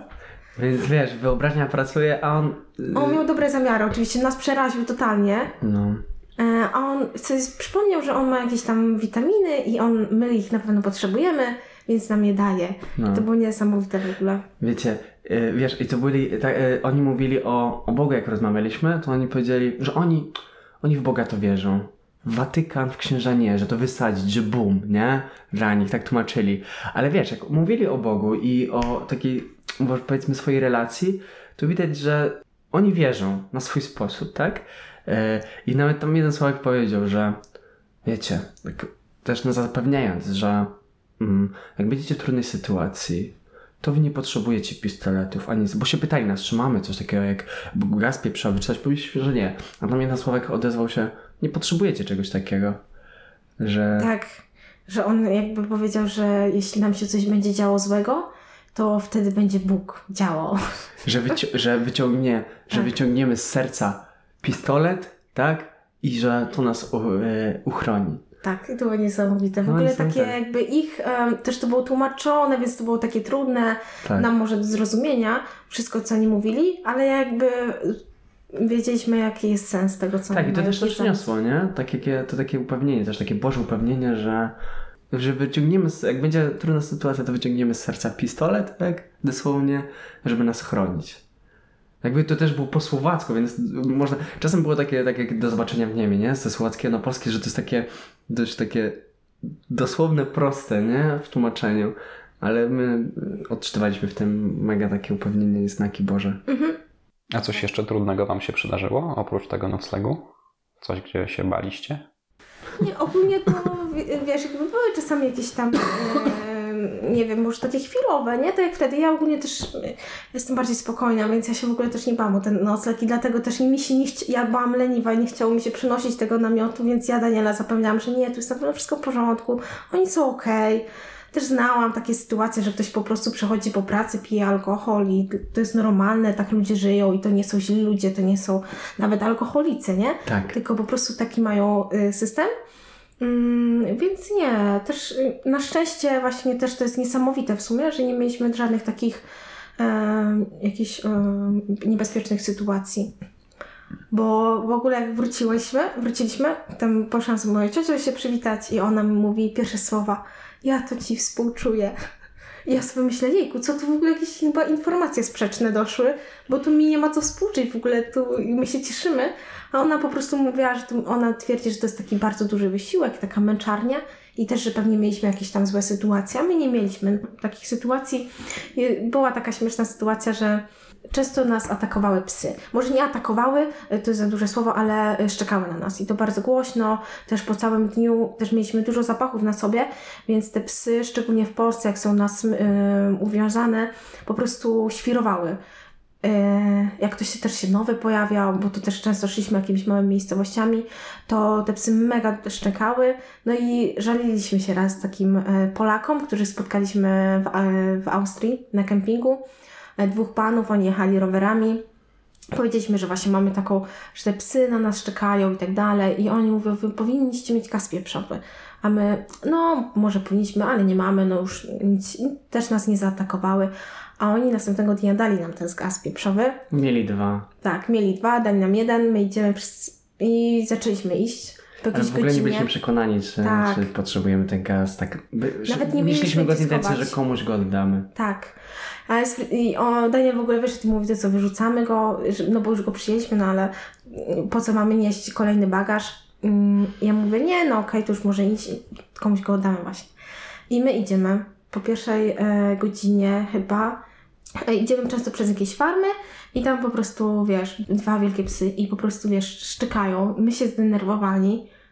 Więc wiesz, wyobraźnia pracuje, a on... On miał dobre zamiary, oczywiście nas przeraził totalnie. No. E, a on sobie przypomniał, że on ma jakieś tam witaminy i on, my ich na pewno potrzebujemy, więc nam je daje. No. To było niesamowite w ogóle. Wiecie, yy, wiesz, i to byli, tak, yy, oni mówili o, o Bogu, jak rozmawialiśmy, to oni powiedzieli, że oni, oni w Boga to wierzą. Watykan w księża nie, że to wysadzić, że bum, nie? Dla nich, tak tłumaczyli. Ale wiesz, jak mówili o Bogu i o takiej, powiedzmy, swojej relacji, to widać, że oni wierzą na swój sposób, tak? Yy, I nawet tam jeden Sławek powiedział, że wiecie, tak też nas zapewniając, że mm, jak będziecie w trudnej sytuacji, to wy nie potrzebujecie pistoletów, ani nic, bo się pytali nas, czy mamy coś takiego jak gaz pieprzowy, czy coś, powiedzieliśmy, że nie. A tam jeden Sławek odezwał się, nie potrzebujecie czegoś takiego, że... Tak, że on jakby powiedział, że jeśli nam się coś będzie działo złego, to wtedy będzie Bóg działał. Że, wyci- że, wyciągnie, że Tak. wyciągniemy z serca pistolet, tak? I że to nas u- e, uchroni. Tak, i to było niesamowite. W No, ogóle niesamowite. takie jakby ich, um, też to było tłumaczone, więc to było takie trudne Tak. nam może do zrozumienia, wszystko co oni mówili, ale jakby wiedzieliśmy jaki jest sens tego, co Tak, i to mają też to pisać. przyniosło, nie? Takie, to takie upewnienie, też takie Boże upewnienie, że, że wyciągniemy, z- jak będzie trudna sytuacja, to wyciągniemy z serca pistolet, tak? Dosłownie, żeby nas chronić. Jakby to też było po słowacku, więc można... Czasem było takie, takie do zobaczenia w niebie, nie? Ze słowackiego na polskie, że to jest takie dość takie dosłowne, proste, nie? W tłumaczeniu. Ale my odczytywaliśmy w tym mega takie upewnienie i znaki Boże. Mhm. A coś jeszcze trudnego wam się przydarzyło, oprócz tego noclegu? Coś, gdzie się baliście? Nie, ogólnie to w- wiesz, jakby były czasami jakieś tam, e, nie wiem, może takie chwilowe, nie? To jak wtedy, ja ogólnie też e, jestem bardziej spokojna, więc ja się w ogóle też nie bałam o ten nocleg i dlatego też mi się nie chci- ja byłam leniwa i nie chciało mi się przynosić tego namiotu, więc ja Daniela zapewniałam, że nie, tu jest na pewno wszystko w porządku, oni są okej. Też znałam takie sytuacje, że ktoś po prostu przychodzi po pracy, pije alkohol i to jest normalne, tak ludzie żyją i to nie są źli ludzie, to nie są nawet alkoholicy, nie? Tak. Tylko po prostu taki mają y, system. Mm, więc nie, też y, na szczęście właśnie też to jest niesamowite w sumie, że nie mieliśmy żadnych takich e, jakichś e, niebezpiecznych sytuacji. Bo w ogóle jak wróciłyśmy, wróciliśmy, tam poszłam z moją ciocią się przywitać i ona mi mówi pierwsze słowa: ja to ci współczuję. I ja sobie myślę, jejku, co tu w ogóle jakieś chyba informacje sprzeczne doszły, bo tu mi nie ma co współczuć w ogóle, tu i my się cieszymy. A ona po prostu mówiła, że tu, ona twierdzi, że to jest taki bardzo duży wysiłek, taka męczarnia i też, że pewnie mieliśmy jakieś tam złe sytuacje, a my nie mieliśmy takich sytuacji. I była taka śmieszna sytuacja, że często nas atakowały psy. Może nie atakowały, to jest za duże słowo, ale szczekały na nas i to bardzo głośno. Też po całym dniu też mieliśmy dużo zapachów na sobie, więc te psy, szczególnie w Polsce, jak są nas yy, uwiązane, po prostu świrowały. Yy, jak ktoś się też się nowy pojawiał, bo to też często szliśmy jakimiś małymi miejscowościami, to te psy mega szczekały. No i żaliliśmy się raz takim yy, Polakom, których spotkaliśmy w, yy, w Austrii na kempingu. Dwóch panów, oni jechali rowerami. Powiedzieliśmy, że właśnie mamy taką, że te psy na nas szczekają i tak dalej. I oni mówią, wy powinniście mieć gaz pieprzowy. A my, no może powinniśmy, ale nie mamy, no już nic, też nas nie zaatakowały. A oni następnego dnia dali nam ten gaz pieprzowy. Mieli dwa. Tak, mieli dwa, dali nam jeden, my idziemy przez... i zaczęliśmy iść. Po Ale jakiejś w ogóle nie godzinie. byliśmy przekonani, czy, Tak. czy potrzebujemy ten gaz. Tak, by, Nawet nie mieliśmy mieliśmy go z gdzie intencją, schować. że komuś go oddamy. Tak. A jest, i o, Daniel w ogóle wyszedł i mówi, to co, wyrzucamy go, że- no bo już go przyjęliśmy, no ale mm, po co mamy nieść kolejny bagaż? Mm, Ja mówię, nie, no okej, to już może iść, komuś go oddamy właśnie. I my idziemy po pierwszej e, godzinie chyba, e, idziemy często przez jakieś farmy i tam po prostu, wiesz, dwa wielkie psy i po prostu, wiesz, szczekają. My się zdenerwowali,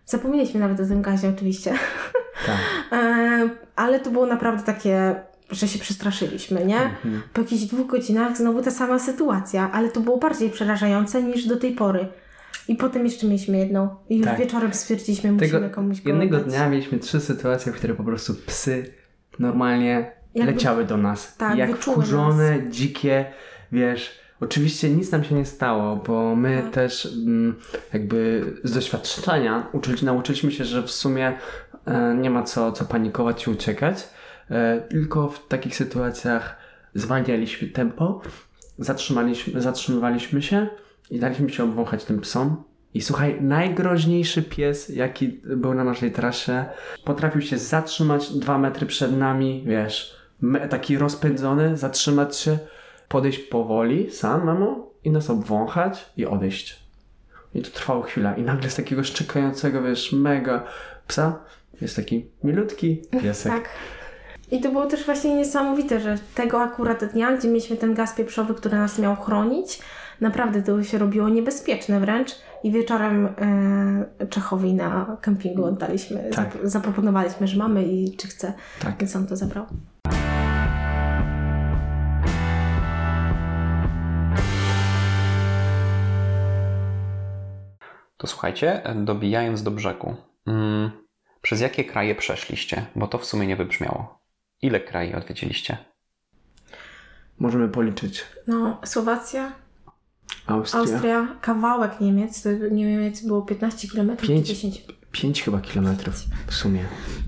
Zapomnieliśmy nawet o tym gazie oczywiście. Tak. e, ale to było naprawdę takie, że się przestraszyliśmy, nie? Mhm. Po jakichś dwóch godzinach znowu ta sama sytuacja, ale to było bardziej przerażające niż do tej pory. I potem jeszcze mieliśmy jedną. I już Tak. wieczorem stwierdziliśmy, musimy Tego komuś go jednego oddać. dnia mieliśmy trzy sytuacje, w których po prostu psy normalnie Jakby- leciały do nas. tak, Jak wyczuły wkurzone, dzikie, wiesz. Oczywiście nic nam się nie stało, bo my Tak. też mm, jakby z doświadczenia uczyli, nauczyliśmy się, że w sumie e, nie ma co, co panikować i uciekać, e, tylko w takich sytuacjach zwalnialiśmy tempo, zatrzymaliśmy, zatrzymywaliśmy się i daliśmy się obwąchać tym psom. I słuchaj, najgroźniejszy pies, jaki był na naszej trasie, potrafił się zatrzymać dwa metry przed nami, wiesz, me, taki rozpędzony, zatrzymać się, podejść powoli samemu i nas obwąchać i odejść. I to trwało chwilę. I nagle z takiego szczekającego, wiesz, mega psa jest taki milutki piesek. Tak. I to było też właśnie niesamowite, że tego akurat dnia, gdzie mieliśmy ten gaz pieprzowy, który nas miał chronić, naprawdę to się robiło niebezpieczne wręcz. I wieczorem e, Czechowi na kempingu oddaliśmy. Tak. Zap- zaproponowaliśmy, że mamy i czy chce. Tak. Więc on to zabrał. To słuchajcie, dobijając do brzegu. Mm, przez jakie kraje przeszliście? Bo to w sumie nie wybrzmiało. Ile krajów odwiedziliście? Możemy policzyć. No, Słowacja, Austria. Austria, kawałek Niemiec. To Niemiec było piętnaście kilometrów, Pięć. dziesięć. Pięć chyba kilometrów w sumie.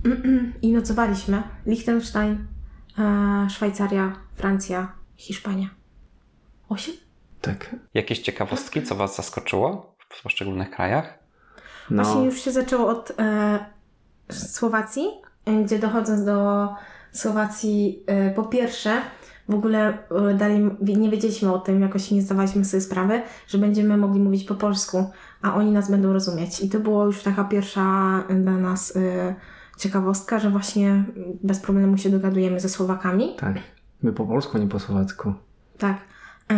I nocowaliśmy. Liechtenstein, e, Szwajcaria, Francja, Hiszpania. Osiem? Tak. Jakieś ciekawostki, co was zaskoczyło w poszczególnych krajach? No. Właśnie już się zaczęło od e, Słowacji, e, gdzie dochodząc do Słowacji, e, po pierwsze, w ogóle e, dalej nie wiedzieliśmy o tym, jakoś nie zdawaliśmy sobie sprawy, że będziemy mogli mówić po polsku, a oni nas będą rozumieć. I to było już taka pierwsza dla nas e, ciekawostka, że właśnie bez problemu się dogadujemy ze Słowakami. Tak. My po polsku, nie po słowacku. Tak. E,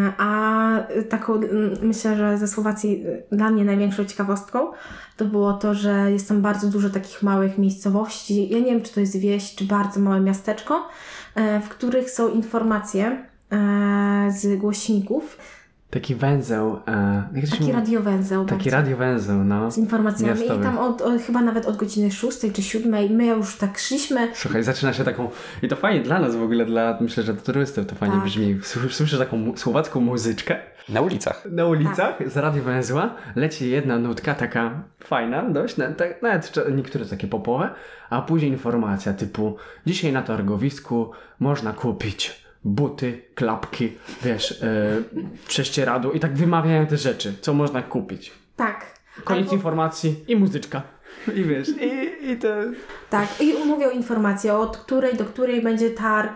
A taką, mm, myślę, że ze Słowacji y, dla mnie największą ciekawostką to było to, że jest tam bardzo dużo takich małych miejscowości. Ja nie wiem, czy to jest wieś, czy bardzo małe miasteczko, e, w których są informacje e, z głośników. Taki węzeł. E, jak to się Taki mówi? radiowęzeł. Taki bardziej. radiowęzeł, no. Z informacjami. miastowy. I tam od, od, chyba nawet od godziny szóstej czy siódmej my już tak szliśmy. Słuchaj, zaczyna się taką... I to fajnie dla nas w ogóle, dla myślę, że dla turystów to fajnie Tak. brzmi. Słysz- Słyszysz taką mu- słowacką muzyczkę Na ulicach. na ulicach z radiowęzła, leci jedna nutka taka fajna dość, na- tak, nawet cze- niektóre takie popowe, a później informacja typu dzisiaj na targowisku można kupić buty, klapki, wiesz, yy, prześcieradło i tak wymawiają te rzeczy, co można kupić. Tak. Koniec Albo- informacji i muzyczka. I wiesz, i, i to... Tak, i mówią informacje, od której do której będzie targ,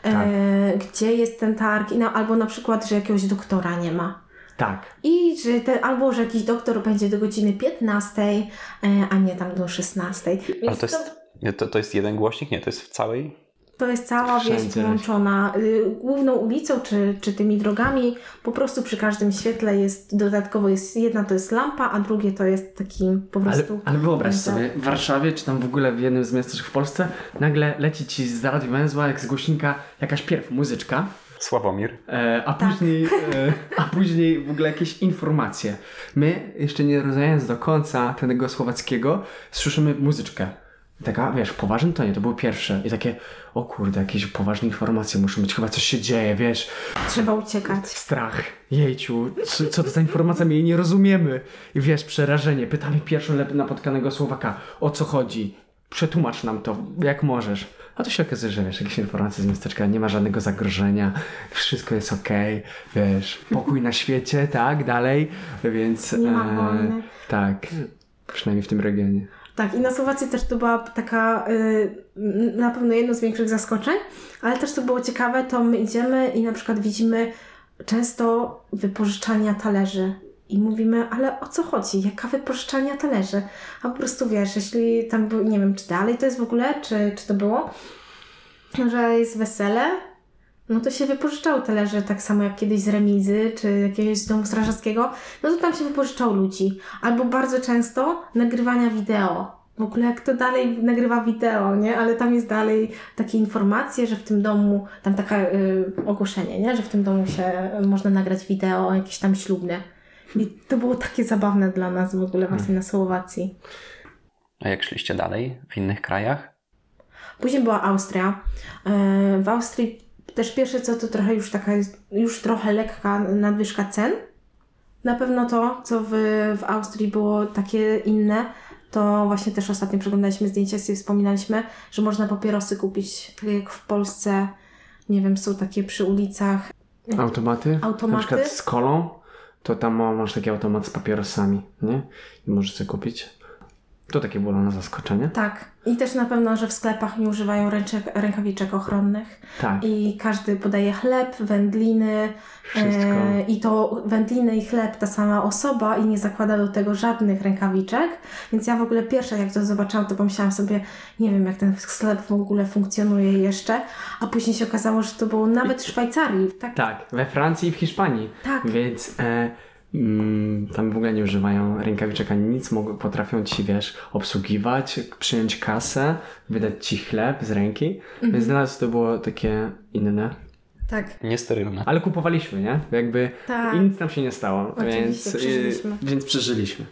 e, gdzie jest ten targ, i na, albo na przykład, że jakiegoś doktora nie ma. Tak. I że te, albo że jakiś doktor będzie do godziny piętnastej, e, a nie tam do szesnastej. Ale Więc to jest, nie, to, to jest jeden głośnik? Nie, to jest w całej... to jest cała wieś Wszędzie. połączona y, główną ulicą, czy, czy tymi drogami. Po prostu przy każdym świetle jest dodatkowo jest jedna to jest lampa, a drugie to jest taki po Ale, prostu... ale wyobraź węzeł. sobie, w Warszawie, czy tam w ogóle w jednym z miasteczek w Polsce, nagle leci ci z radiowęzła, jak z głośnika, jakaś pierw muzyczka, Sławomir. e, a, później, e, a później w ogóle jakieś informacje. My, jeszcze nie rozumiejąc do końca tego słowackiego, słyszymy muzyczkę. I taka, wiesz, w poważnym tonie, to było pierwsze. I takie, o kurde, jakieś poważne informacje muszą być, chyba coś się dzieje, wiesz. Trzeba uciekać. Strach, jejciu, co, co to za informacja, my jej nie rozumiemy. I wiesz, przerażenie, pytamy pierwszą lep- napotkanego Słowaka, o co chodzi, przetłumacz nam to, jak możesz. A to się okazuje, że wiesz, jakieś informacje z miasteczka, nie ma żadnego zagrożenia, wszystko jest okej, wiesz, pokój na świecie, tak, dalej, więc... Nie ma wojny. Tak, przynajmniej w tym regionie. Tak, i na Słowacji też to była taka y, na pewno jedno z większych zaskoczeń, ale też co było ciekawe, to my idziemy i na przykład widzimy często wypożyczalnia talerzy i mówimy, ale o co chodzi? Jaka wypożyczalnia talerzy? A po prostu wiesz, jeśli tam był, nie wiem czy dalej to jest w ogóle, czy, czy to było, że jest wesele no to się wypożyczało talerze, tak samo jak kiedyś z remizy, czy jakiegoś domu strażackiego, no to tam się wypożyczało ludzi. Albo bardzo często nagrywania wideo. W ogóle jak to dalej nagrywa wideo, nie? Ale tam jest dalej takie informacje, że w tym domu, tam taka y, ogłoszenie, nie? Że w tym domu się y, można nagrać wideo jakieś tam ślubne. I to było takie zabawne dla nas w ogóle właśnie na Słowacji. A jak szliście dalej w innych krajach? Później była Austria. Y, w Austrii też pierwsze co to trochę już taka jest, już trochę lekka nadwyżka cen. Na pewno to, co w, w Austrii było takie inne, to właśnie też ostatnio przeglądaliśmy zdjęcia, sobie wspominaliśmy, że można papierosy kupić, tak jak w Polsce, nie wiem, są takie przy ulicach. Automaty? Automaty. Na przykład z kolą, to tam masz taki automat z papierosami, nie? I możesz sobie kupić. To takie było na zaskoczenie. Tak. I też na pewno, że w sklepach nie używają ręczek, rękawiczek ochronnych. Tak. I każdy podaje chleb, wędliny. Wszystko. E, I to wędliny i chleb ta sama osoba i nie zakłada do tego żadnych rękawiczek. Więc ja w ogóle pierwsze jak to zobaczyłam, to pomyślałam sobie, nie wiem jak ten sklep w ogóle funkcjonuje jeszcze. A później się okazało, że to było nawet w Szwajcarii. Tak, Tak, we Francji i w Hiszpanii. Tak. Więc e, mm, tam w ogóle nie używają rękawiczek ani nic, mogą, potrafią ci, wiesz, obsługiwać, przyjąć kasę, wydać ci chleb z ręki. Mhm. Więc dla nas to było takie inne. tak. Niesterylne. Ale kupowaliśmy, nie? Jakby Tak. i nic nam się nie stało. Oczywiście, więc, przeżyliśmy. e, więc przeżyliśmy.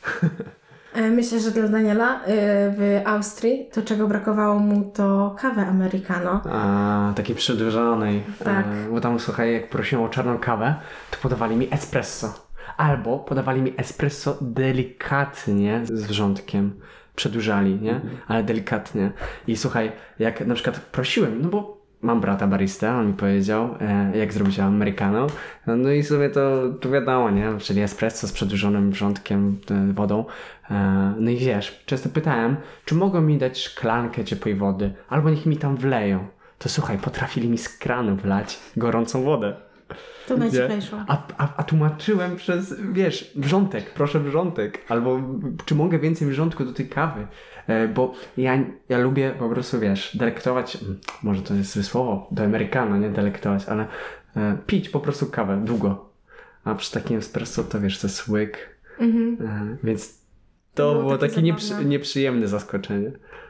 E, Myślę, że dla Daniela e, w Austrii to czego brakowało mu to kawy americano. A, takiej przedłużonej. Tak. E, bo tam, słuchaj, jak prosiłem o czarną kawę, to podawali mi espresso. Albo podawali mi espresso delikatnie z wrzątkiem. Przedłużali, nie? Ale delikatnie. I słuchaj, jak na przykład prosiłem, no bo mam brata barista, on mi powiedział, e, jak zrobić americano. No i sobie to, to wiadomo, nie? Czyli espresso z przedłużonym wrzątkiem, e, wodą. E, no i wiesz, często pytałem, czy mogą mi dać szklankę ciepłej wody, albo niech mi tam wleją. To słuchaj, potrafili mi z kranu wlać gorącą wodę. To będzie Nie? fleszło. A, a, a tłumaczyłem przez, wiesz, wrzątek, proszę wrzątek, albo czy mogę więcej wrzątku do tej kawy, e, bo ja, ja lubię po prostu, wiesz, delektować, może to jest złe słowo, do americano, nie delektować, ale e, pić po prostu kawę długo, a przy takim espresso to wiesz, to jest łyk, Mhm. e, więc to, To było było takie takie nieprzy, zabawne. nieprzyjemne zaskoczenie.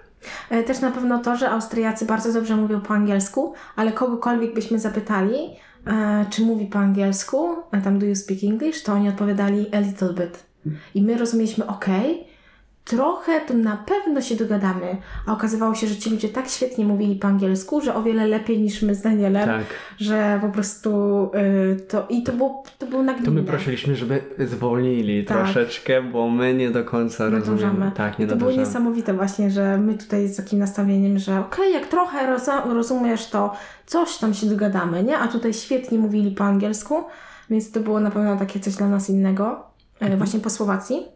E, Też na pewno to, że Austriacy bardzo dobrze mówią po angielsku, ale kogokolwiek byśmy zapytali, e, czy mówi po angielsku, a tam do you speak English, to oni odpowiadali a little bit. I my rozumieliśmy, okej, trochę to na pewno się dogadamy. A okazywało się, że ci ludzie tak świetnie mówili po angielsku, że o wiele lepiej niż my z Danielem, Tak. że po prostu y, to... I to było, to było To nagminne. my prosiliśmy, żeby zwolnili Tak. troszeczkę, bo my nie do końca rozumiemy. Nadążamy. Tak, nie I to było nadążamy. niesamowite właśnie, że my tutaj z takim nastawieniem, że okej, jak trochę roz- rozumiesz, to coś tam się dogadamy, nie? A tutaj świetnie mówili po angielsku, więc to było na pewno takie coś dla nas innego, e, właśnie po Słowacji.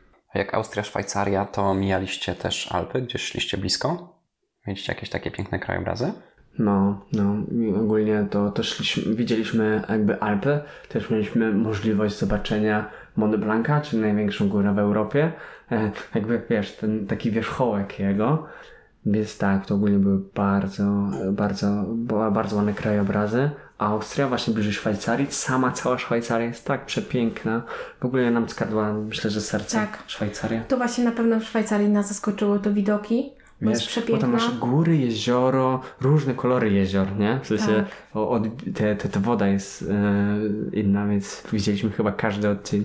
A jak Austria, Szwajcaria, to mijaliście też Alpy, gdzieś szliście blisko? Mieliście jakieś takie piękne krajobrazy? No, no, i ogólnie to, to szliśmy, widzieliśmy jakby Alpy, też mieliśmy możliwość zobaczenia Mont Blanca, czyli największą górę w Europie, e, jakby wiesz, ten taki wierzchołek jego, więc tak, to ogólnie były bardzo, bardzo, była bardzo ładne krajobrazy. A Austria właśnie bliżej Szwajcarii, sama cała Szwajcaria jest tak przepiękna, w ogóle nam skradła, myślę, że serce Tak. Szwajcaria. To właśnie na pewno w Szwajcarii nas zaskoczyło to widoki, bo jest Wiesz, przepiękna. bo tam masz góry, jezioro, różne kolory jezior, nie? W sensie Tak. o, od, te, te, ta woda jest e, inna, więc widzieliśmy chyba każdy odcień,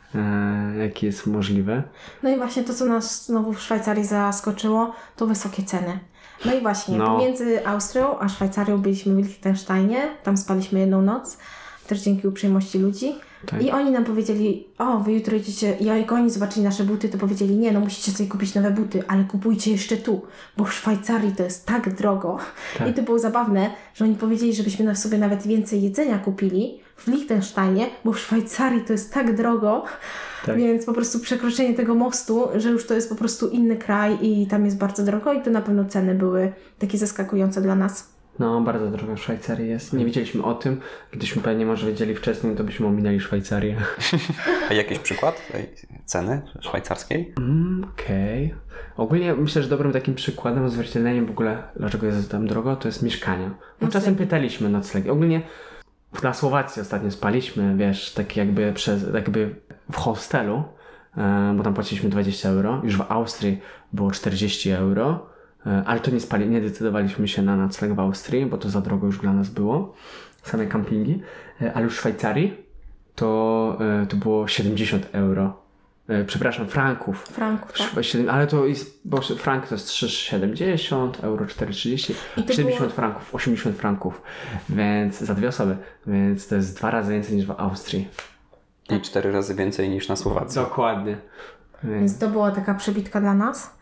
e, jaki jest możliwy. No i właśnie to, co nas znowu w Szwajcarii zaskoczyło, to wysokie ceny. No i właśnie, No. pomiędzy Austrią a Szwajcarią byliśmy w Liechtensteinie, tam spaliśmy jedną noc, też dzięki uprzejmości ludzi. Tak. I oni nam powiedzieli, o, wy jutro idziecie, i jak oni zobaczyli nasze buty, to powiedzieli, nie, no musicie sobie kupić nowe buty, ale kupujcie jeszcze tu, bo w Szwajcarii to jest tak drogo. Tak. I to było zabawne, że oni powiedzieli, żebyśmy na sobie nawet więcej jedzenia kupili w Liechtensteinie, bo w Szwajcarii to jest tak drogo, Tak. więc po prostu przekroczenie tego mostu, że już to jest po prostu inny kraj i tam jest bardzo drogo i to na pewno ceny były takie zaskakujące dla nas. No, bardzo drogo w Szwajcarii jest. Nie wiedzieliśmy o tym. Gdybyśmy pewnie może wiedzieli wcześniej, to byśmy ominęli Szwajcarię. A jakiś przykład tej ceny szwajcarskiej? Mm, Okej. Okay. Ogólnie myślę, że dobrym takim przykładem, odzwierciedleniem w ogóle, dlaczego jest tam drogo, to jest mieszkania. Bo czasem pytaliśmy noclegi. Ogólnie na Słowacji ostatnio spaliśmy, wiesz, tak jakby przez, tak jakby w hostelu, e, bo tam płaciliśmy dwadzieścia euro. Już w Austrii było czterdzieści euro. Ale to nie spali, nie decydowaliśmy się na nocleg w Austrii, bo to za drogo już dla nas było. Same kampingi. Ale już w Szwajcarii to, to było siedemdziesiąt euro. Przepraszam, franków. Franków, tak. Ale to jest, bo frank to jest trzy siedemdziesiąt, euro cztery trzydzieści, siedemdziesiąt było... franków, osiemdziesiąt franków. Więc za dwie osoby. Więc to jest dwa razy więcej niż w Austrii. I cztery razy więcej niż na Słowacji. Dokładnie. Więc, Więc to była taka przebitka dla nas.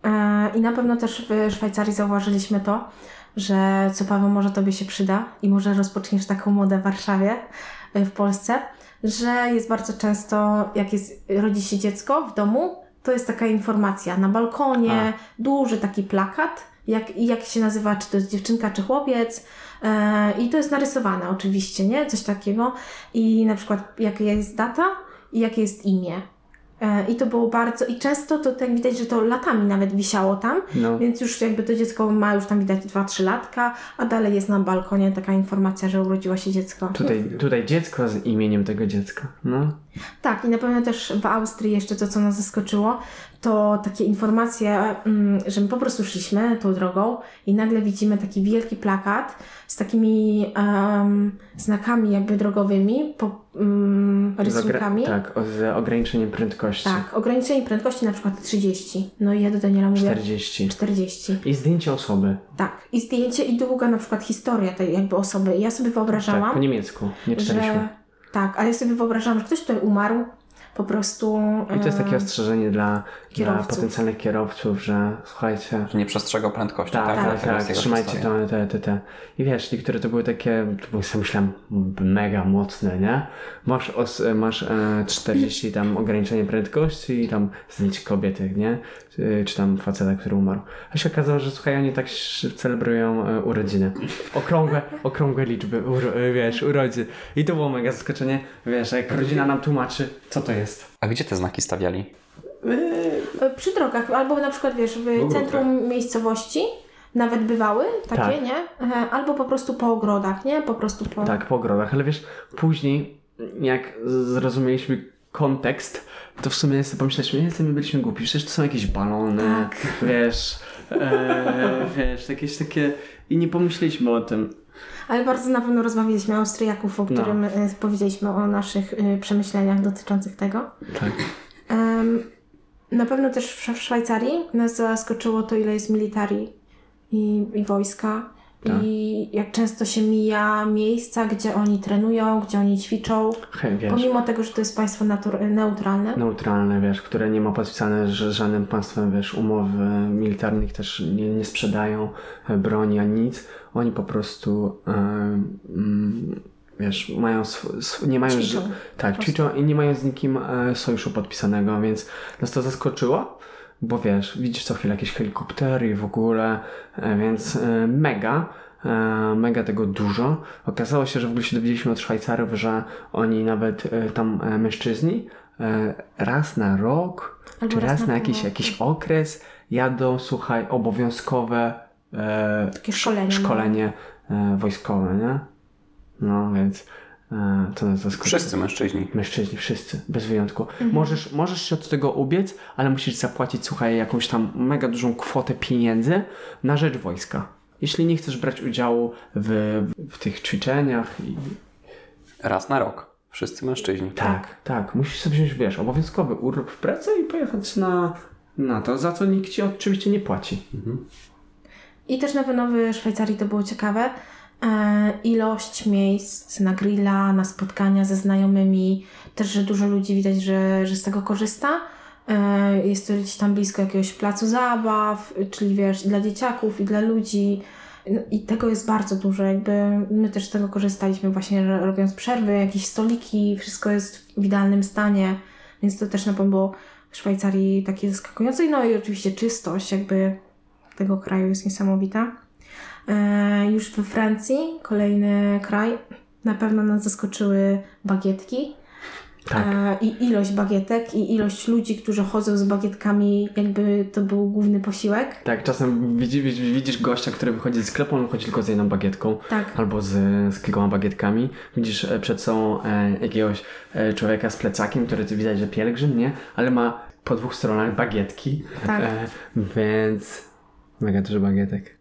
I na pewno też w Szwajcarii zauważyliśmy to, że co Paweł, może Tobie się przyda i może rozpoczniesz taką modę w Warszawie, w Polsce, że jest bardzo często, jak jest, rodzi się dziecko w domu, to jest taka informacja na balkonie, A. duży taki plakat, jak, jak się nazywa, czy to jest dziewczynka, czy chłopiec, e, i to jest narysowane oczywiście, nie? Coś takiego i na przykład jaka jest data i jakie jest imię. I to było bardzo, i często to tak widać, że to latami nawet wisiało tam, no. Więc już jakby to dziecko ma już tam widać dwa trzy latka, a dalej jest na balkonie taka informacja, że urodziło się dziecko. Tutaj, tutaj dziecko z imieniem tego dziecka, no. Tak, i na pewno też w Austrii jeszcze to, co nas zaskoczyło, to takie informacje, że my po prostu szliśmy tą drogą i nagle widzimy taki wielki plakat z takimi um, znakami jakby drogowymi, po, um, rysunkami. Z ogre- tak, z ograniczeniem prędkości. Tak, ograniczenie prędkości na przykład trzydzieści. No i ja do Daniela mówię... czterdzieści. czterdzieści. I zdjęcie osoby. Tak, i zdjęcie i długa na przykład historia tej jakby osoby. I ja sobie wyobrażałam... Tak, po niemiecku, nie czytaliśmy. Że, tak, ale ja sobie wyobrażałam, że ktoś tutaj umarł, po prostu... I to jest takie ostrzeżenie dla, dla potencjalnych kierowców, że słuchajcie... Że nie przestrzegał prędkości. Tak, tak, tak, tak. Trzymajcie to, te, te, te. I wiesz, niektóre to były takie, to sobie myślałem, mega mocne, nie? Masz, os, masz e, czterdzieści tam ograniczenie prędkości i tam zdjęcie kobiety, nie? Czy, czy tam faceta, który umarł. A się okazało, że słuchaj, oni tak celebrują e, urodziny. Okrągłe, okrągłe liczby, uro, wiesz, urodzin. I to było mega zaskoczenie, wiesz, jak rodzina nam tłumaczy, co to jest. A gdzie te znaki stawiali? Przy drogach, albo na przykład wiesz, w centrum miejscowości nawet bywały takie, tak. Nie? Albo po prostu po ogrodach, nie? Po prostu po... Tak, po ogrodach, ale wiesz, później jak zrozumieliśmy kontekst, to w sumie sobie pomyśleliśmy, nie, my byliśmy głupi, przecież to są jakieś balony, tak. wiesz, e, wiesz, jakieś takie i nie pomyśleliśmy o tym. Ale bardzo na pewno rozmawialiśmy o Austriaków, o którym no. powiedzieliśmy o naszych przemyśleniach dotyczących tego. Tak. Um, na pewno też w Szwajcarii nas zaskoczyło to, ile jest militarii i, i wojska. Tak. I jak często się mija miejsca, gdzie oni trenują, gdzie oni ćwiczą. Hej, wiesz, pomimo tego, że to jest państwo natur- neutralne. Neutralne, wiesz, które nie ma podpisane z żadnym państwem, wiesz, umów militarnych, też nie, nie sprzedają broni ani nic. Oni po prostu e, mm, wiesz, mają sw- sw- nie mają ćwiczą. Z, tak, ćwiczą i nie mają z nikim e, sojuszu podpisanego, więc nas to zaskoczyło. Bo wiesz, widzisz co chwilę jakieś helikoptery i w ogóle, e, więc e, mega, e, mega tego dużo. Okazało się, że w ogóle się dowiedzieliśmy od Szwajcarów, że oni nawet e, tam e, mężczyźni e, raz na rok, Albo czy raz, raz na, na jakiś, jakiś okres jadą, słuchaj, obowiązkowe e, takie szkolenie, szkolenie e, wojskowe, nie? No więc... To nas zaskoczy. Wszyscy mężczyźni. Mężczyźni, wszyscy, bez wyjątku. Mhm. Możesz, możesz się od tego ubiec, ale musisz zapłacić, słuchaj, jakąś tam mega dużą kwotę pieniędzy na rzecz wojska. Jeśli nie chcesz brać udziału w, w tych ćwiczeniach. I... Raz na rok. Wszyscy mężczyźni. Tak, tak. Musisz sobie wziąć, wiesz, obowiązkowy urlop w pracy i pojechać na, na to, za co nikt ci oczywiście nie płaci. Mhm. I też na pewno w Szwajcarii to było ciekawe. E, ilość miejsc na grilla, na spotkania ze znajomymi, też, że dużo ludzi widać, że, że z tego korzysta. E, jest to gdzieś tam blisko jakiegoś placu zabaw, czyli wiesz, i dla dzieciaków, i dla ludzi. No, i tego jest bardzo dużo, jakby my też z tego korzystaliśmy właśnie robiąc przerwy, jakieś stoliki, wszystko jest w idealnym stanie, więc to też na pewno było w Szwajcarii takie zaskakujące. No i oczywiście czystość jakby tego kraju jest niesamowita. E, już we Francji, kolejny kraj, na pewno nas zaskoczyły bagietki. Tak. E, I ilość bagietek i ilość ludzi, którzy chodzą z bagietkami, jakby to był główny posiłek. Tak, czasem widzisz, widzisz gościa, który wychodzi z sklepu, on wychodzi tylko z jedną bagietką. Tak. Albo z, z kilkoma bagietkami. Widzisz e, przed sobą e, jakiegoś e, człowieka z plecakiem, który ty widać, że pielgrzym, nie? Ale ma po dwóch stronach bagietki. Tak. E, więc... Mega dużo bagietek.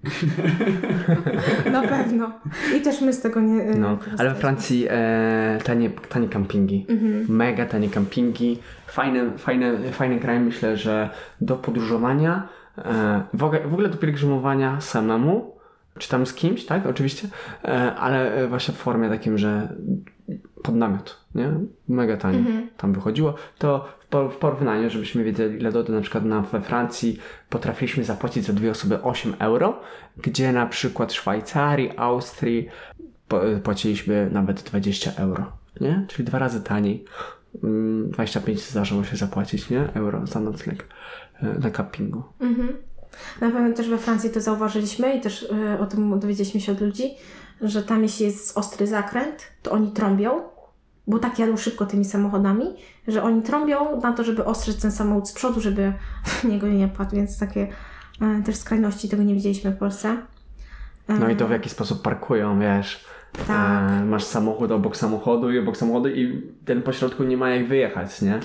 Na pewno. I też my z tego nie... e, No, ale we korzystaliśmy. Francji e, tanie, tanie kampingi. Mhm. Mega tanie kampingi. Fajny, fajny, fajny kraj, myślę, że do podróżowania, e, w, ogóle, w ogóle do pielgrzymowania samemu, czy tam z kimś, tak? Oczywiście, e, ale właśnie w formie takim, że pod namiot, nie? Mega tanie Mhm. tam wychodziło. To w, por- w porównaniu, żebyśmy wiedzieli, ile to na przykład na, we Francji potrafiliśmy zapłacić za dwie osoby osiem euro, gdzie na przykład w Szwajcarii, Austrii po, płaciliśmy nawet dwadzieścia euro, nie? Czyli dwa razy taniej. Mm, dwadzieścia pięć zdarzyło się zapłacić, nie? Euro za nocleg e, na campingu. Mhm. Na pewno też we Francji to zauważyliśmy i też y, o tym dowiedzieliśmy się od ludzi, że tam jeśli jest ostry zakręt, to oni trąbią, bo tak jadą szybko tymi samochodami, że oni trąbią na to, żeby ostrzec ten samochód z przodu, żeby w niego nie padł, więc takie y, też skrajności tego nie widzieliśmy w Polsce. Y, No i to w jaki sposób parkują, wiesz. Tak. E, masz samochód obok samochodu i obok samochodu i ten pośrodku nie ma jak wyjechać, nie?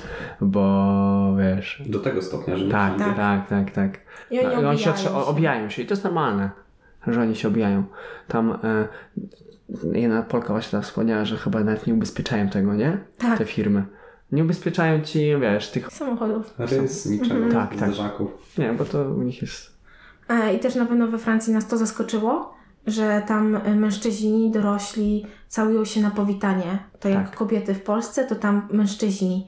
Bo wiesz... Do tego stopnia, że Tak, Tak. tak, tak, tak. I oni No, się, obijają otrze- się. obijają się i to jest normalne, że oni się obijają. Tam e, jedna Polka właśnie tam wspomniała, że chyba nawet nie ubezpieczają tego, nie? Tak. Te firmy. Nie ubezpieczają ci, wiesz, tych... Samochodów. rys, niczego, Tak, tak. zderzaków. Nie, bo to u nich jest... E, I też na pewno we Francji nas to zaskoczyło, że tam y, mężczyźni, dorośli całują się na powitanie. To jak Tak. kobiety w Polsce, to tam mężczyźni.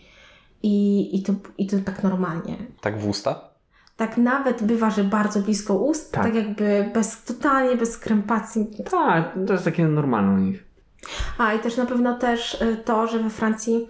I, i, to, I to tak normalnie. Tak w usta? Tak nawet bywa, że bardzo blisko ust, Tak. tak, jakby bez, totalnie bez krępacji. Tak, to jest takie normalne u nich. A i też na pewno też y, to, że we Francji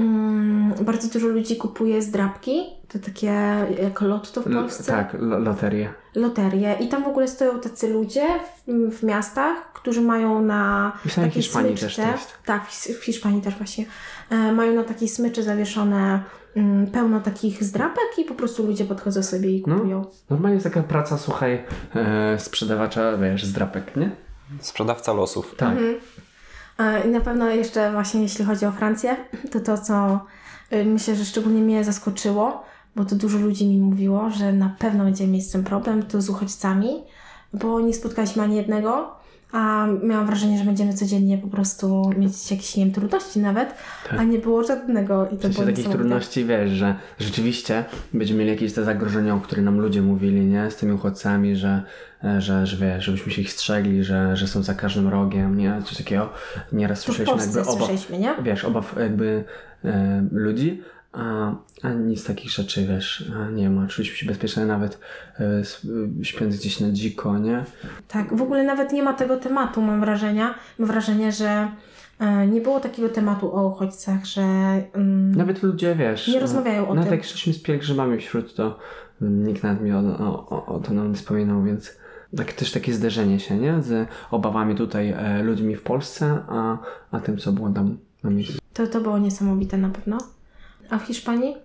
mm, bardzo dużo ludzi kupuje zdrabki. To takie jak lotto w L- Polsce. tak, lo- loterie. Loterie. I tam w ogóle stoją tacy ludzie w, w miastach, którzy mają na I w samej takiej Hiszpanii smyczce, też to jest. tak, w, w Hiszpanii też właśnie, e, mają na takiej smyczy zawieszone mm, pełno takich zdrapek i po prostu ludzie podchodzą sobie i No. kupują. Normalnie jest taka praca, słuchaj, e, sprzedawacza, wiesz, zdrapek, nie? Sprzedawca losów. Tak. Mhm. E, I na pewno jeszcze właśnie jeśli chodzi o Francję, to to, co y, myślę, że szczególnie mnie zaskoczyło, bo to dużo ludzi mi mówiło, że na pewno będziemy mieć z tym problem, to z uchodźcami, bo nie spotkaliśmy ani jednego, a miałam wrażenie, że będziemy codziennie po prostu mieć jakieś, nie wiem, trudności nawet, Tak. a nie było żadnego. I W to sensie było takich niesamowite. trudności, wiesz, że rzeczywiście będziemy mieli jakieś te zagrożenia, o których nam ludzie mówili, nie? Z tymi uchodźcami, że, e, że, że wiesz, żebyśmy się ich strzegli, że, że są za każdym rogiem, nie? Coś takiego. Nieraz To w słyszeliśmy Polsce jakby obaw, słyszeliśmy, nie? wiesz, obaw jakby e, ludzi, a, a nic z takich rzeczy, wiesz, a nie ma. Czuliśmy się bezpiecznie nawet e, s- e, śpiąc gdzieś na dziko, nie? Tak, w ogóle nawet nie ma tego tematu, mam wrażenia. Mam wrażenie, że e, nie było takiego tematu o uchodźcach, że mm, Nawet ludzie, wiesz... nie rozmawiają o Nawet tym. jak szliśmy z pielgrzymami wśród, to nikt nawet mi o, o, o, o to nam nie wspominał, więc tak, też takie zderzenie się, nie? Z obawami tutaj e, ludźmi w Polsce, a, a tym, co było tam na miejscu. To, to było niesamowite na pewno. A w Hiszpanii?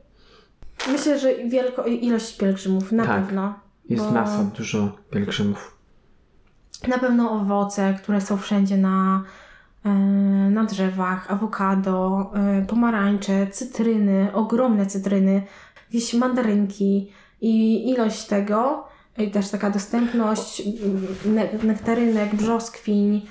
Myślę, że wielko, ilość pielgrzymów, na Tak. pewno. Jest Bo masa, dużo pielgrzymów. Na pewno owoce, które są wszędzie na, e, na drzewach, awokado, e, pomarańcze, cytryny, ogromne cytryny, jakieś mandarynki i ilość tego, i też taka dostępność ne- nektarynek, brzoskwiń,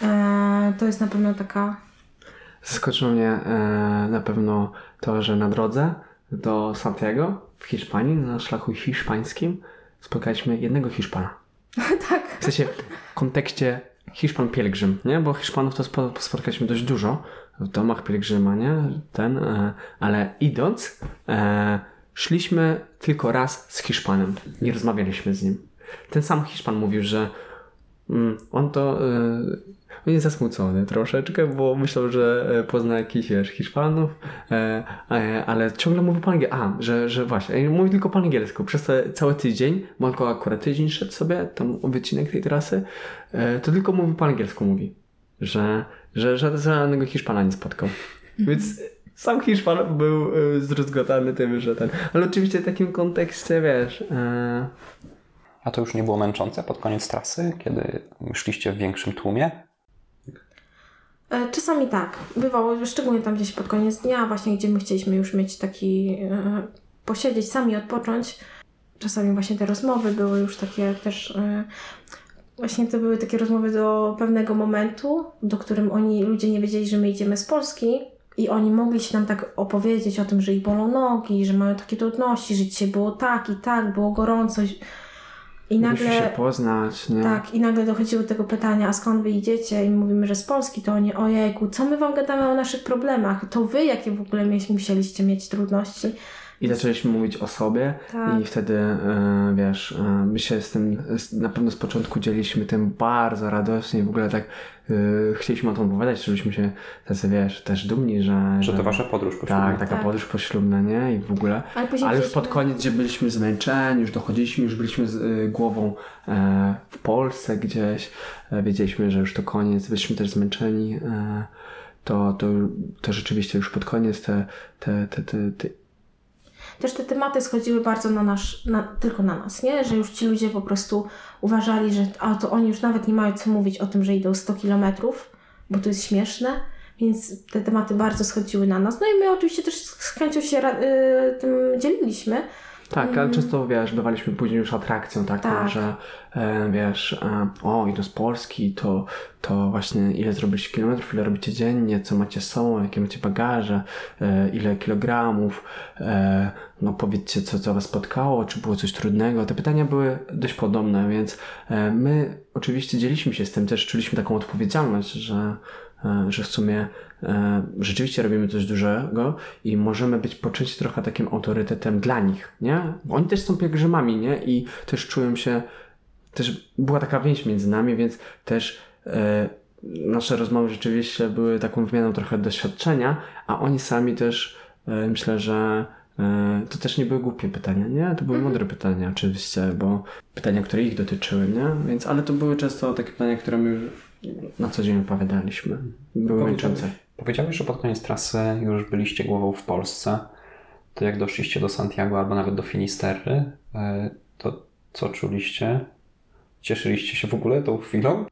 e, to jest na pewno taka... Zaskoczyło mnie e, na pewno to, że na drodze do Santiago w Hiszpanii, na szlaku hiszpańskim, spotkaliśmy jednego Hiszpana. tak. W sensie w kontekście Hiszpan pielgrzym, nie? Bo Hiszpanów to spo, spotkaliśmy dość dużo w domach pielgrzyma, nie? Ten, e, ale idąc, e, szliśmy tylko raz z Hiszpanem. Nie rozmawialiśmy z nim. Ten sam Hiszpan mówił, że mm, on to... E, on jest zasmucony troszeczkę, bo myślał, że pozna jakichś, wiesz, Hiszpanów, e, e, ale ciągle mówi po angielsku. A, że, że właśnie, mówi tylko po angielsku. Przez te, cały tydzień, bo on akurat tydzień szedł sobie, tam wycinek tej trasy, e, to tylko mówi po angielsku mówi, że, że, że żadnego Hiszpana nie spotkał. Więc sam Hiszpan był e, zdruzgotany tym, że ten... Ale oczywiście w takim kontekście, wiesz... E... A to już nie było męczące pod koniec trasy, kiedy szliście w większym tłumie? Czasami tak. Bywało, szczególnie tam gdzieś pod koniec dnia, właśnie gdzie my chcieliśmy już mieć taki... E, posiedzieć sami, odpocząć. Czasami właśnie te rozmowy były już takie też... E, właśnie to były takie rozmowy do pewnego momentu, do którym oni, ludzie nie wiedzieli, że my idziemy z Polski. I oni mogli się nam tak opowiedzieć o tym, że ich bolą nogi, że mają takie trudności, że dzisiaj było tak i tak, było gorąco. I nagle musi się poznać, nie? Tak, i nagle dochodziło do tego pytania, a skąd wy idziecie? I mówimy, że z Polski, to oni, ojejku, co my wam gadamy o naszych problemach? To wy jakie w ogóle musieliście mieć trudności? I zaczęliśmy mówić o sobie tak. I wtedy, e, wiesz, e, my się z tym, na pewno z początku dzieliliśmy tym bardzo radośnie i w ogóle tak e, chcieliśmy o tym opowiadać, żebyśmy się tacy, wiesz, też dumni, że... Że to wasza podróż poślubna. Tak, taka tak. podróż poślubna, nie? I w ogóle. Ale, Ale już pod koniec, gdzie byliśmy zmęczeni, już dochodziliśmy, już byliśmy z y, głową e, w Polsce gdzieś, e, wiedzieliśmy, że już to koniec, byliśmy też zmęczeni, e, to, to, to rzeczywiście już pod koniec te, te, te, te, te Też te tematy schodziły bardzo na nasz, na, tylko na nas, nie? Że już ci ludzie po prostu uważali, że a to oni już nawet nie mają co mówić o tym, że idą sto kilometrów, bo to jest śmieszne, więc te tematy bardzo schodziły na nas. No i my oczywiście też z chęcią się y, tym dzieliliśmy. Tak, ale często, wiesz, bywaliśmy później już atrakcją taką, tak. że e, wiesz, e, o, idą z Polski, to, to właśnie ile zrobiliście kilometrów, ile robicie dziennie, co macie z sobą, jakie macie bagaże, e, ile kilogramów, e, no powiedzcie, co, co was spotkało, czy było coś trudnego. Te pytania były dość podobne, więc e, my oczywiście dzieliliśmy się z tym, też czuliśmy taką odpowiedzialność, że że w sumie e, rzeczywiście robimy coś dużego i możemy być po części trochę takim autorytetem dla nich, nie? Bo oni też są pielgrzymami, nie? I też czują się, też była taka więź między nami, więc też e, nasze rozmowy rzeczywiście były taką wymianą trochę doświadczenia, a oni sami też e, myślę, że e, to też nie były głupie pytania, nie? To były mhm. mądre pytania oczywiście, bo pytania, które ich dotyczyły, nie? Więc, ale to były często takie pytania, które my na co dzień opowiadaliśmy. Były męczące. Powiedziałeś, że pod koniec trasy już byliście głową w Polsce. To jak doszliście do Santiago albo nawet do Finisterry, to co czuliście? Cieszyliście się w ogóle tą chwilą?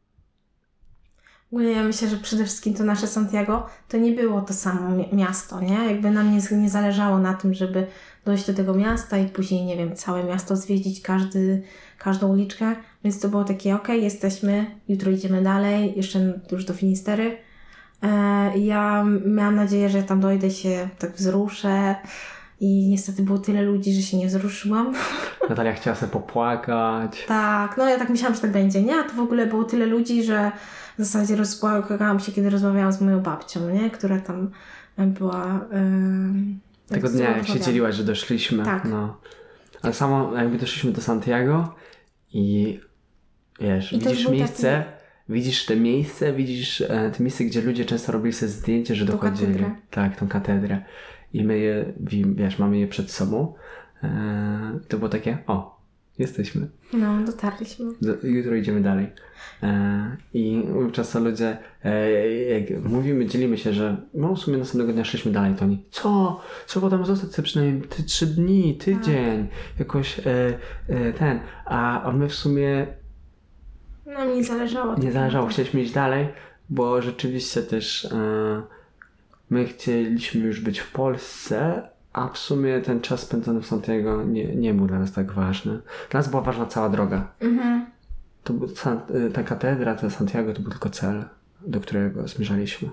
W ogóle ja myślę, że przede wszystkim to nasze Santiago to nie było to samo miasto, nie? Jakby nam nie, nie zależało na tym, żeby dojść do tego miasta i później, nie wiem, całe miasto zwiedzić, każdy, każdą uliczkę. Więc to było takie, okej, okay, jesteśmy, jutro idziemy dalej, jeszcze już do Finisterry. E, ja miałam nadzieję, że tam dojdę, się tak wzruszę i niestety było tyle ludzi, że się nie wzruszyłam. Natalia chciała sobie popłakać. Tak, no ja tak myślałam, że tak będzie, nie? A to w ogóle było tyle ludzi, że w zasadzie rozpłakałam się, kiedy rozmawiałam z moją babcią, nie? Która tam była... Yy, Tego dnia, jak się dzieliłaś, że doszliśmy. Tak. No. Ale samo jakby doszliśmy do Santiago i wiesz, I widzisz miejsce, taki... widzisz te miejsce, widzisz e, te miejsce, gdzie ludzie często robili sobie zdjęcie, że dochodzili. Katedrę. Tak, tą katedrę. I my je, wiesz, mamy je przed sobą. E, to było takie, o, jesteśmy. No, dotarliśmy. Jutro idziemy dalej. E, I często ludzie, e, jak mówimy, dzielimy się, że no w sumie następnego dnia szliśmy dalej, to oni, co? Trzeba tam zostać sobie przynajmniej ty, trzy dni, tydzień, tak. jakoś e, e, ten. A, a my w sumie no mi nie zależało. Nie zależało, chcieliśmy iść dalej, bo rzeczywiście też e, my chcieliśmy już być w Polsce, a w sumie ten czas spędzony w Santiago nie, nie był dla nas tak ważny. Dla nas była ważna cała droga. Mhm. To był, ta, ta katedra, to Santiago to był tylko cel, do którego zmierzaliśmy.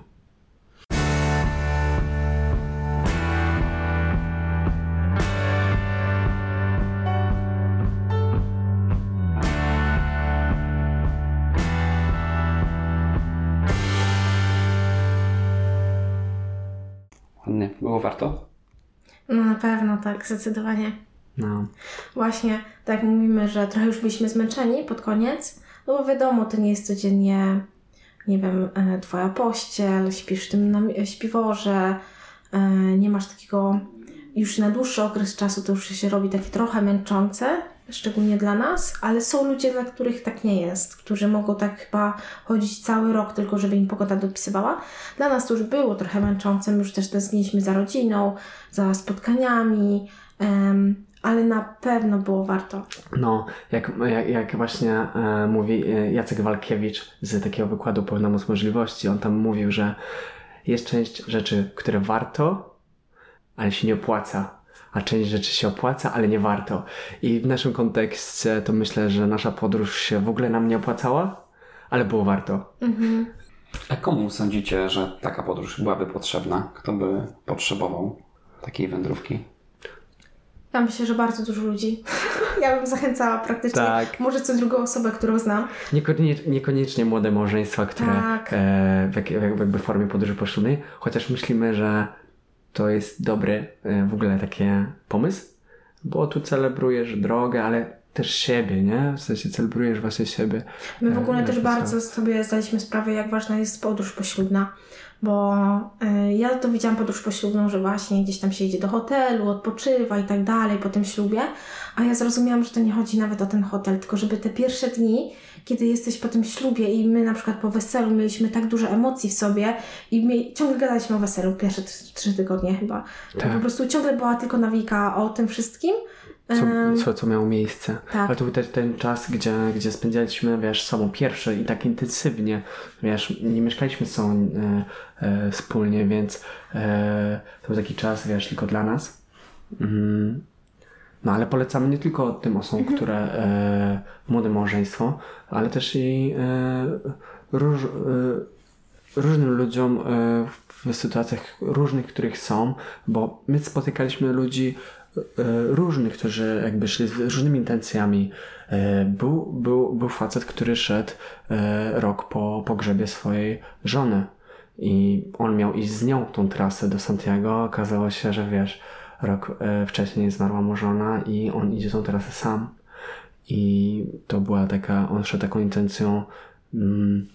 Ładnie. Było warto? No na pewno, tak, zdecydowanie. No. Właśnie, tak jak mówimy, że trochę już byliśmy zmęczeni pod koniec, no bo wiadomo, to nie jest codziennie nie wiem, e, twoja pościel, śpisz w tym nam- śpiworze, e, nie masz takiego, już na dłuższy okres czasu to już się robi takie trochę męczące, szczególnie dla nas, ale są ludzie, dla których tak nie jest, którzy mogą tak chyba chodzić cały rok, tylko żeby im pogoda dopisywała. Dla nas to już było trochę męczące, my już też tęskniliśmy za rodziną, za spotkaniami, em, ale na pewno było warto. No, jak, jak, jak właśnie e, mówi e, Jacek Walkiewicz z takiego wykładu Pełnomoc Możliwości, on tam mówił, że jest część rzeczy, które warto, ale się nie opłaca. A część rzeczy się opłaca, ale nie warto. I w naszym kontekście to myślę, że nasza podróż się w ogóle nam nie opłacała, ale było warto. Mhm. A komu sądzicie, że taka podróż byłaby potrzebna? Kto by potrzebował takiej wędrówki? Ja myślę, że bardzo dużo ludzi. Ja bym zachęcała praktycznie Tak. może co drugą osobę, którą znam. Niekoniecznie, niekoniecznie młode małżeństwa, które Tak. e, w, jak, w jakby formie podróży poślubnej, chociaż myślimy, że to jest dobry e, w ogóle taki pomysł, bo tu celebrujesz drogę, ale też siebie, nie? W sensie celebrujesz właśnie siebie. My w ogóle E, też to bardzo sobie zdaliśmy sprawę, jak ważna jest podróż poślubna, bo y, ja to widziałam podróż poślubną, że właśnie gdzieś tam się idzie do hotelu, odpoczywa i tak dalej po tym ślubie, a ja zrozumiałam, że to nie chodzi nawet o ten hotel, tylko żeby te pierwsze dni, kiedy jesteś po tym ślubie i my na przykład po weselu mieliśmy tak dużo emocji w sobie i my ciągle gadaliśmy o weselu pierwsze t- trzy tygodnie chyba. Tak. Po prostu ciągle była tylko nawika o tym wszystkim. Co, co, co miało miejsce. Tak. Ale to był też ten czas, gdzie, gdzie spędzaliśmy, wiesz, sobą pierwsze i tak intensywnie, wiesz, nie mieszkaliśmy z sobą e, e, wspólnie, więc e, to był taki czas, wiesz, tylko dla nas. Mm. No ale polecamy nie tylko tym osobom, Mhm. które e, młode małżeństwo, ale też i e, róż, e, różnym ludziom e, w sytuacjach różnych, których są, bo my spotykaliśmy ludzi różnych, którzy jakby szli z różnymi intencjami. Był, był, był facet, który szedł rok po pogrzebie swojej żony i on miał iść z nią tą trasę do Santiago. Okazało się, że wiesz, rok wcześniej zmarła mu żona i on idzie tą trasę sam. I to była taka, on szedł taką intencją mm,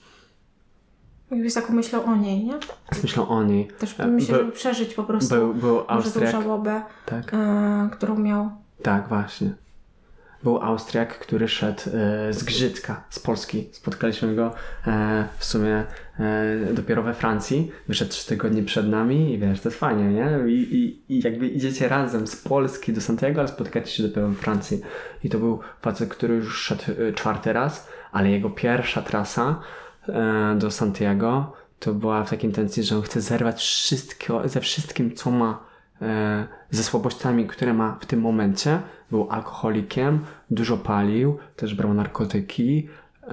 Jakbyś taką myślał o niej, nie? z myślą o niej. Też myślę, Był- żeby przeżyć po prostu Był, był może tą Austriak. żałobę, Tak. e, którą miał. Tak, właśnie. Był Austriak, który szedł e, z Grzycka, z Polski. Spotkaliśmy go e, w sumie e, dopiero we Francji. Wyszedł trzy tygodnie przed nami i wiesz, to jest fajnie, nie? I, i, I jakby idziecie razem z Polski do Santiago, ale spotkacie się dopiero we Francji. I to był facet, który już szedł e, czwarty raz, ale jego pierwsza trasa e, do Santiago to była w takiej intencji, że on chce zerwać wszystko, ze wszystkim, co ma e, ze słabościami, które ma w tym momencie. Był alkoholikiem, dużo palił, też brał narkotyki,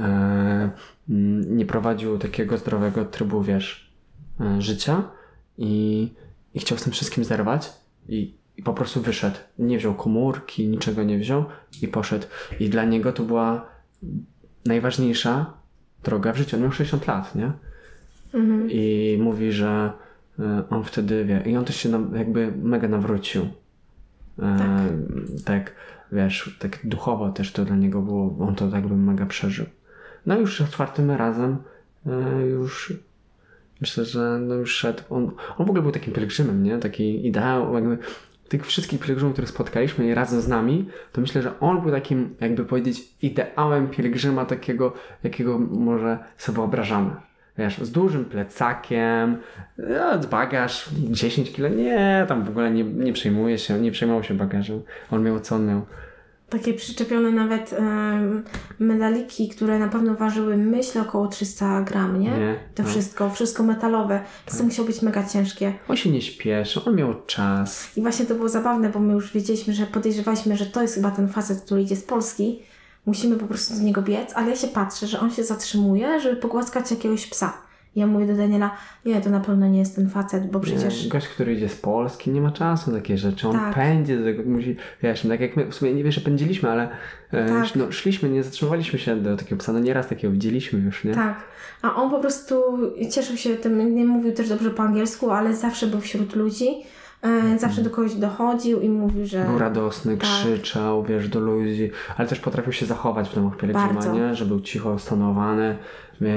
e, nie prowadził takiego zdrowego trybu, wiesz, e, życia i, i chciał z tym wszystkim zerwać i, i po prostu wyszedł. Nie wziął komórki, niczego nie wziął i poszedł. I dla niego to była najważniejsza droga w życiu. On miał sześćdziesiąt lat, nie? Mhm. I mówi, że e, on wtedy wie. I on też się nam, jakby mega nawrócił. E, Tak. tak, wiesz, tak duchowo też to dla niego było, on to jakby mega przeżył. No i już za czwartym razem e, już myślę, że no już szedł. On, on w ogóle był takim pielgrzymem, nie? Taki ideał, jakby tych wszystkich pielgrzymów, których spotkaliśmy i razem z nami, to myślę, że on był takim, jakby powiedzieć, ideałem pielgrzyma takiego, jakiego może sobie wyobrażamy. Wiesz, z dużym plecakiem, no, bagaż dziesięć kilo, nie, tam w ogóle nie, nie przejmuje się, nie przejmował się bagażem. On miał co on miał. Takie przyczepione nawet em, medaliki, które na pewno ważyły, myślę, około trzysta gram, nie? Nie, To no. wszystko, wszystko metalowe. To musiało być mega ciężkie. On się nie śpieszy, on miał czas. I właśnie to było zabawne, bo my już wiedzieliśmy, że podejrzewaliśmy, że to jest chyba ten facet, który idzie z Polski. Musimy po prostu do niego biec, ale ja się patrzę, że on się zatrzymuje, żeby pogłaskać jakiegoś psa. I ja mówię do Daniela, nie, to na pewno nie jest ten facet, bo przecież... Nie, gość, który idzie z Polski, nie ma czasu na takie rzeczy. On Tak. pędzi do tego, musi, wiesz, tak jak my w sumie nie wiesz, że pędziliśmy, ale e, Tak. no, szliśmy, nie zatrzymywaliśmy się do takiego psa, no nieraz takiego widzieliśmy już, nie? Tak, a on po prostu cieszył się tym, nie mówił też dobrze po angielsku, ale zawsze był wśród ludzi, e, zawsze do kogoś dochodził i mówił, że... Był radosny, Tak. krzyczał, wiesz, do ludzi, ale też potrafił się zachować w domach pielgrzyma, Bardzo. nie? Że był cicho, stonowany, więc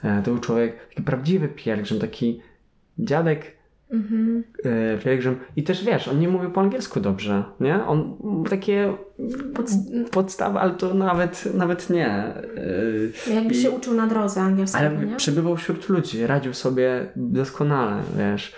To był człowiek, taki prawdziwy pielgrzym, taki dziadek Mhm. pielgrzym. I też wiesz, on nie mówił po angielsku dobrze, nie? On takie Podst- podstawy, ale to nawet, nawet nie. Jakby I- się uczył na drodze angielskiego, Ale nie? przebywał wśród ludzi, radził sobie doskonale, wiesz.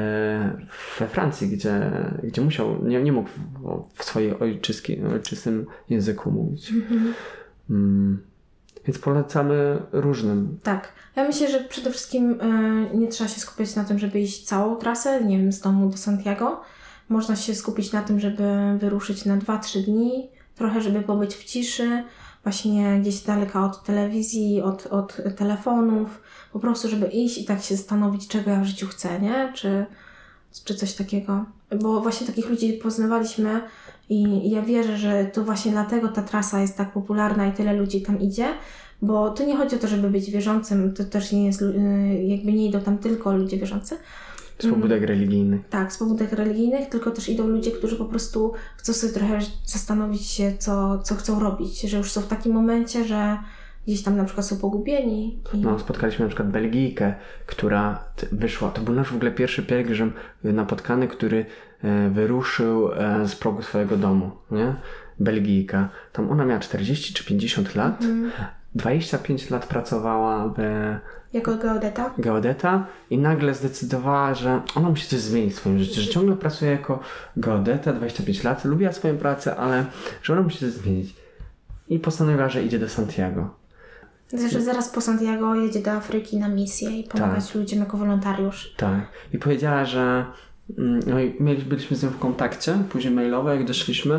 We Francji, gdzie, gdzie musiał, nie, nie mógł w, w swojej ojczyski, ojczystym języku mówić. Mhm. Mm. Więc polecamy różnym. Tak. Ja myślę, że przede wszystkim y, nie trzeba się skupiać na tym, żeby iść całą trasę, nie wiem, z domu do Santiago. Można się skupić na tym, żeby wyruszyć na dwa trzy dni, trochę żeby pobyć w ciszy, właśnie gdzieś z daleka od telewizji, od, od telefonów, po prostu żeby iść i tak się zastanowić, czego ja w życiu chcę, nie? Czy, czy coś takiego. Bo właśnie takich ludzi poznawaliśmy i ja wierzę, że to właśnie dlatego ta trasa jest tak popularna i tyle ludzi tam idzie, bo to nie chodzi o to, żeby być wierzącym, to też nie jest, jakby nie idą tam tylko ludzie wierzący. Z pobudek mm. religijnych. Tak, z pobudek religijnych, tylko też idą ludzie, którzy po prostu chcą sobie trochę zastanowić się, co, co chcą robić, że już są w takim momencie, że gdzieś tam na przykład są pogubieni. I... No, spotkaliśmy na przykład Belgijkę, która wyszła, to był nasz w ogóle pierwszy pielgrzym napotkany, który wyruszył z progu swojego domu, nie? Belgijka. Tam ona miała czterdzieści czy pięćdziesiąt lat. Mm. dwadzieścia pięć lat pracowała w... Jako geodeta? Geodeta i nagle zdecydowała, że ona musi coś zmienić w swoim życiu, że ciągle pracuje jako geodeta, dwadzieścia pięć lat, lubiła swoją pracę, ale że ona musi coś zmienić. I postanowiła, że idzie do Santiago. Że zaraz po Santiago jedzie do Afryki na misję i pomagać tak. ludziom jako wolontariusz. Tak. I powiedziała, że no i mieliśmy, byliśmy z nią w kontakcie, później mailowo, jak doszliśmy,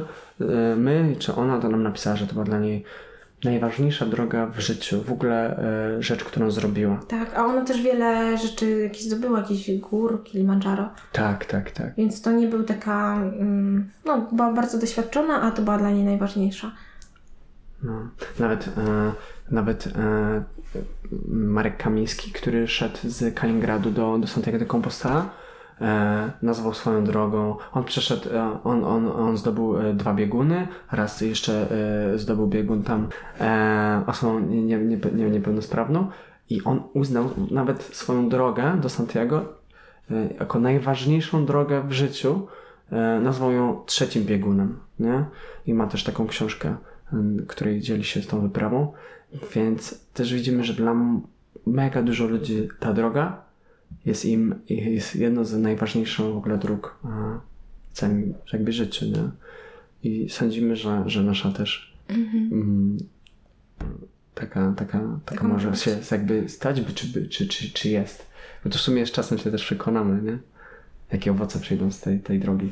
my czy ona, to nam napisała, że to była dla niej najważniejsza droga w życiu, w ogóle e, rzecz, którą zrobiła. Tak, a ona też wiele rzeczy jakieś zdobyła, jakieś gór, Kilimandżaro. Tak, tak, tak. Więc to nie był taka, mm, no była bardzo doświadczona, a to była dla niej najważniejsza. No, nawet e, nawet e, Marek Kamiński, który szedł z Kaliningradu do, do Santiago de Compostela, E, nazwał swoją drogą. On przeszedł, e, on, on, on zdobył e, dwa bieguny, raz jeszcze e, zdobył biegun tam e, osobą nie, nie, nie, nie, niepełnosprawną i on uznał nawet swoją drogę do Santiago e, jako najważniejszą drogę w życiu. E, nazwał ją trzecim biegunem, nie? I ma też taką książkę, e, której dzieli się z tą wyprawą, więc też widzimy, że dla mega dużo ludzi ta droga jest im, jest jedną z najważniejszych w ogóle dróg w całym jakby życiu, nie? I sądzimy, że, że nasza też mm-hmm. m, taka, taka, taka może być. się jakby stać, by, czy, czy, czy, czy jest. Bo to w sumie z czasem się też przekonamy, nie? Jakie owoce przyjdą z tej, tej drogi.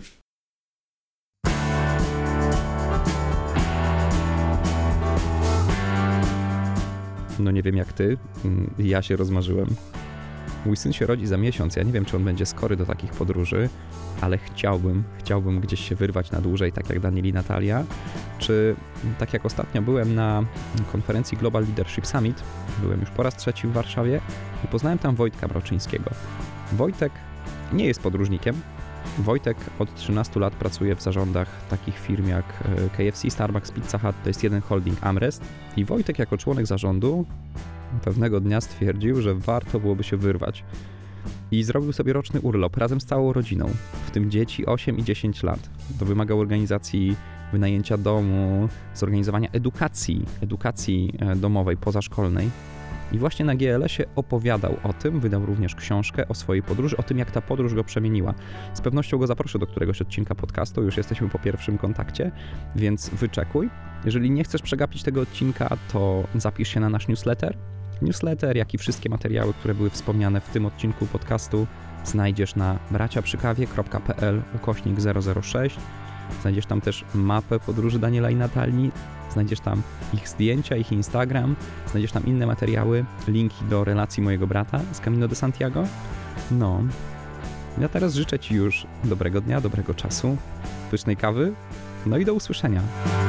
No nie wiem jak ty, ja się rozmarzyłem. Mój syn się rodzi za miesiąc, ja nie wiem, czy on będzie skory do takich podróży, ale chciałbym, chciałbym gdzieś się wyrwać na dłużej, tak jak Daniel i Natalia, czy tak jak ostatnio byłem na konferencji Global Leadership Summit, byłem już po raz trzeci w Warszawie i poznałem tam Wojtka Mroczyńskiego. Wojtek nie jest podróżnikiem, Wojtek od trzynastu lat pracuje w zarządach takich firm jak K F C, Starbucks, Pizza Hut, to jest jeden holding Amrest i Wojtek jako członek zarządu pewnego dnia stwierdził, że warto byłoby się wyrwać i zrobił sobie roczny urlop razem z całą rodziną, w tym dzieci osiem i dziesięć lat. To wymagał organizacji wynajęcia domu, zorganizowania edukacji, edukacji domowej, pozaszkolnej. I właśnie na G L S-ie opowiadał o tym, wydał również książkę o swojej podróży, o tym, jak ta podróż go przemieniła. Z pewnością go zaproszę do któregoś odcinka podcastu, już jesteśmy po pierwszym kontakcie, więc wyczekuj. Jeżeli nie chcesz przegapić tego odcinka, to zapisz się na nasz newsletter. Newsletter, jak i wszystkie materiały, które były wspomniane w tym odcinku podcastu, znajdziesz na braciaprzykawie:pl ukośnik zero zero sześć. Znajdziesz tam też mapę podróży Daniela i Natalii, znajdziesz tam ich zdjęcia, ich Instagram, znajdziesz tam inne materiały, linki do relacji mojego brata z Camino de Santiago. No, ja teraz życzę Ci już dobrego dnia, dobrego czasu, pysznej kawy, no i do usłyszenia.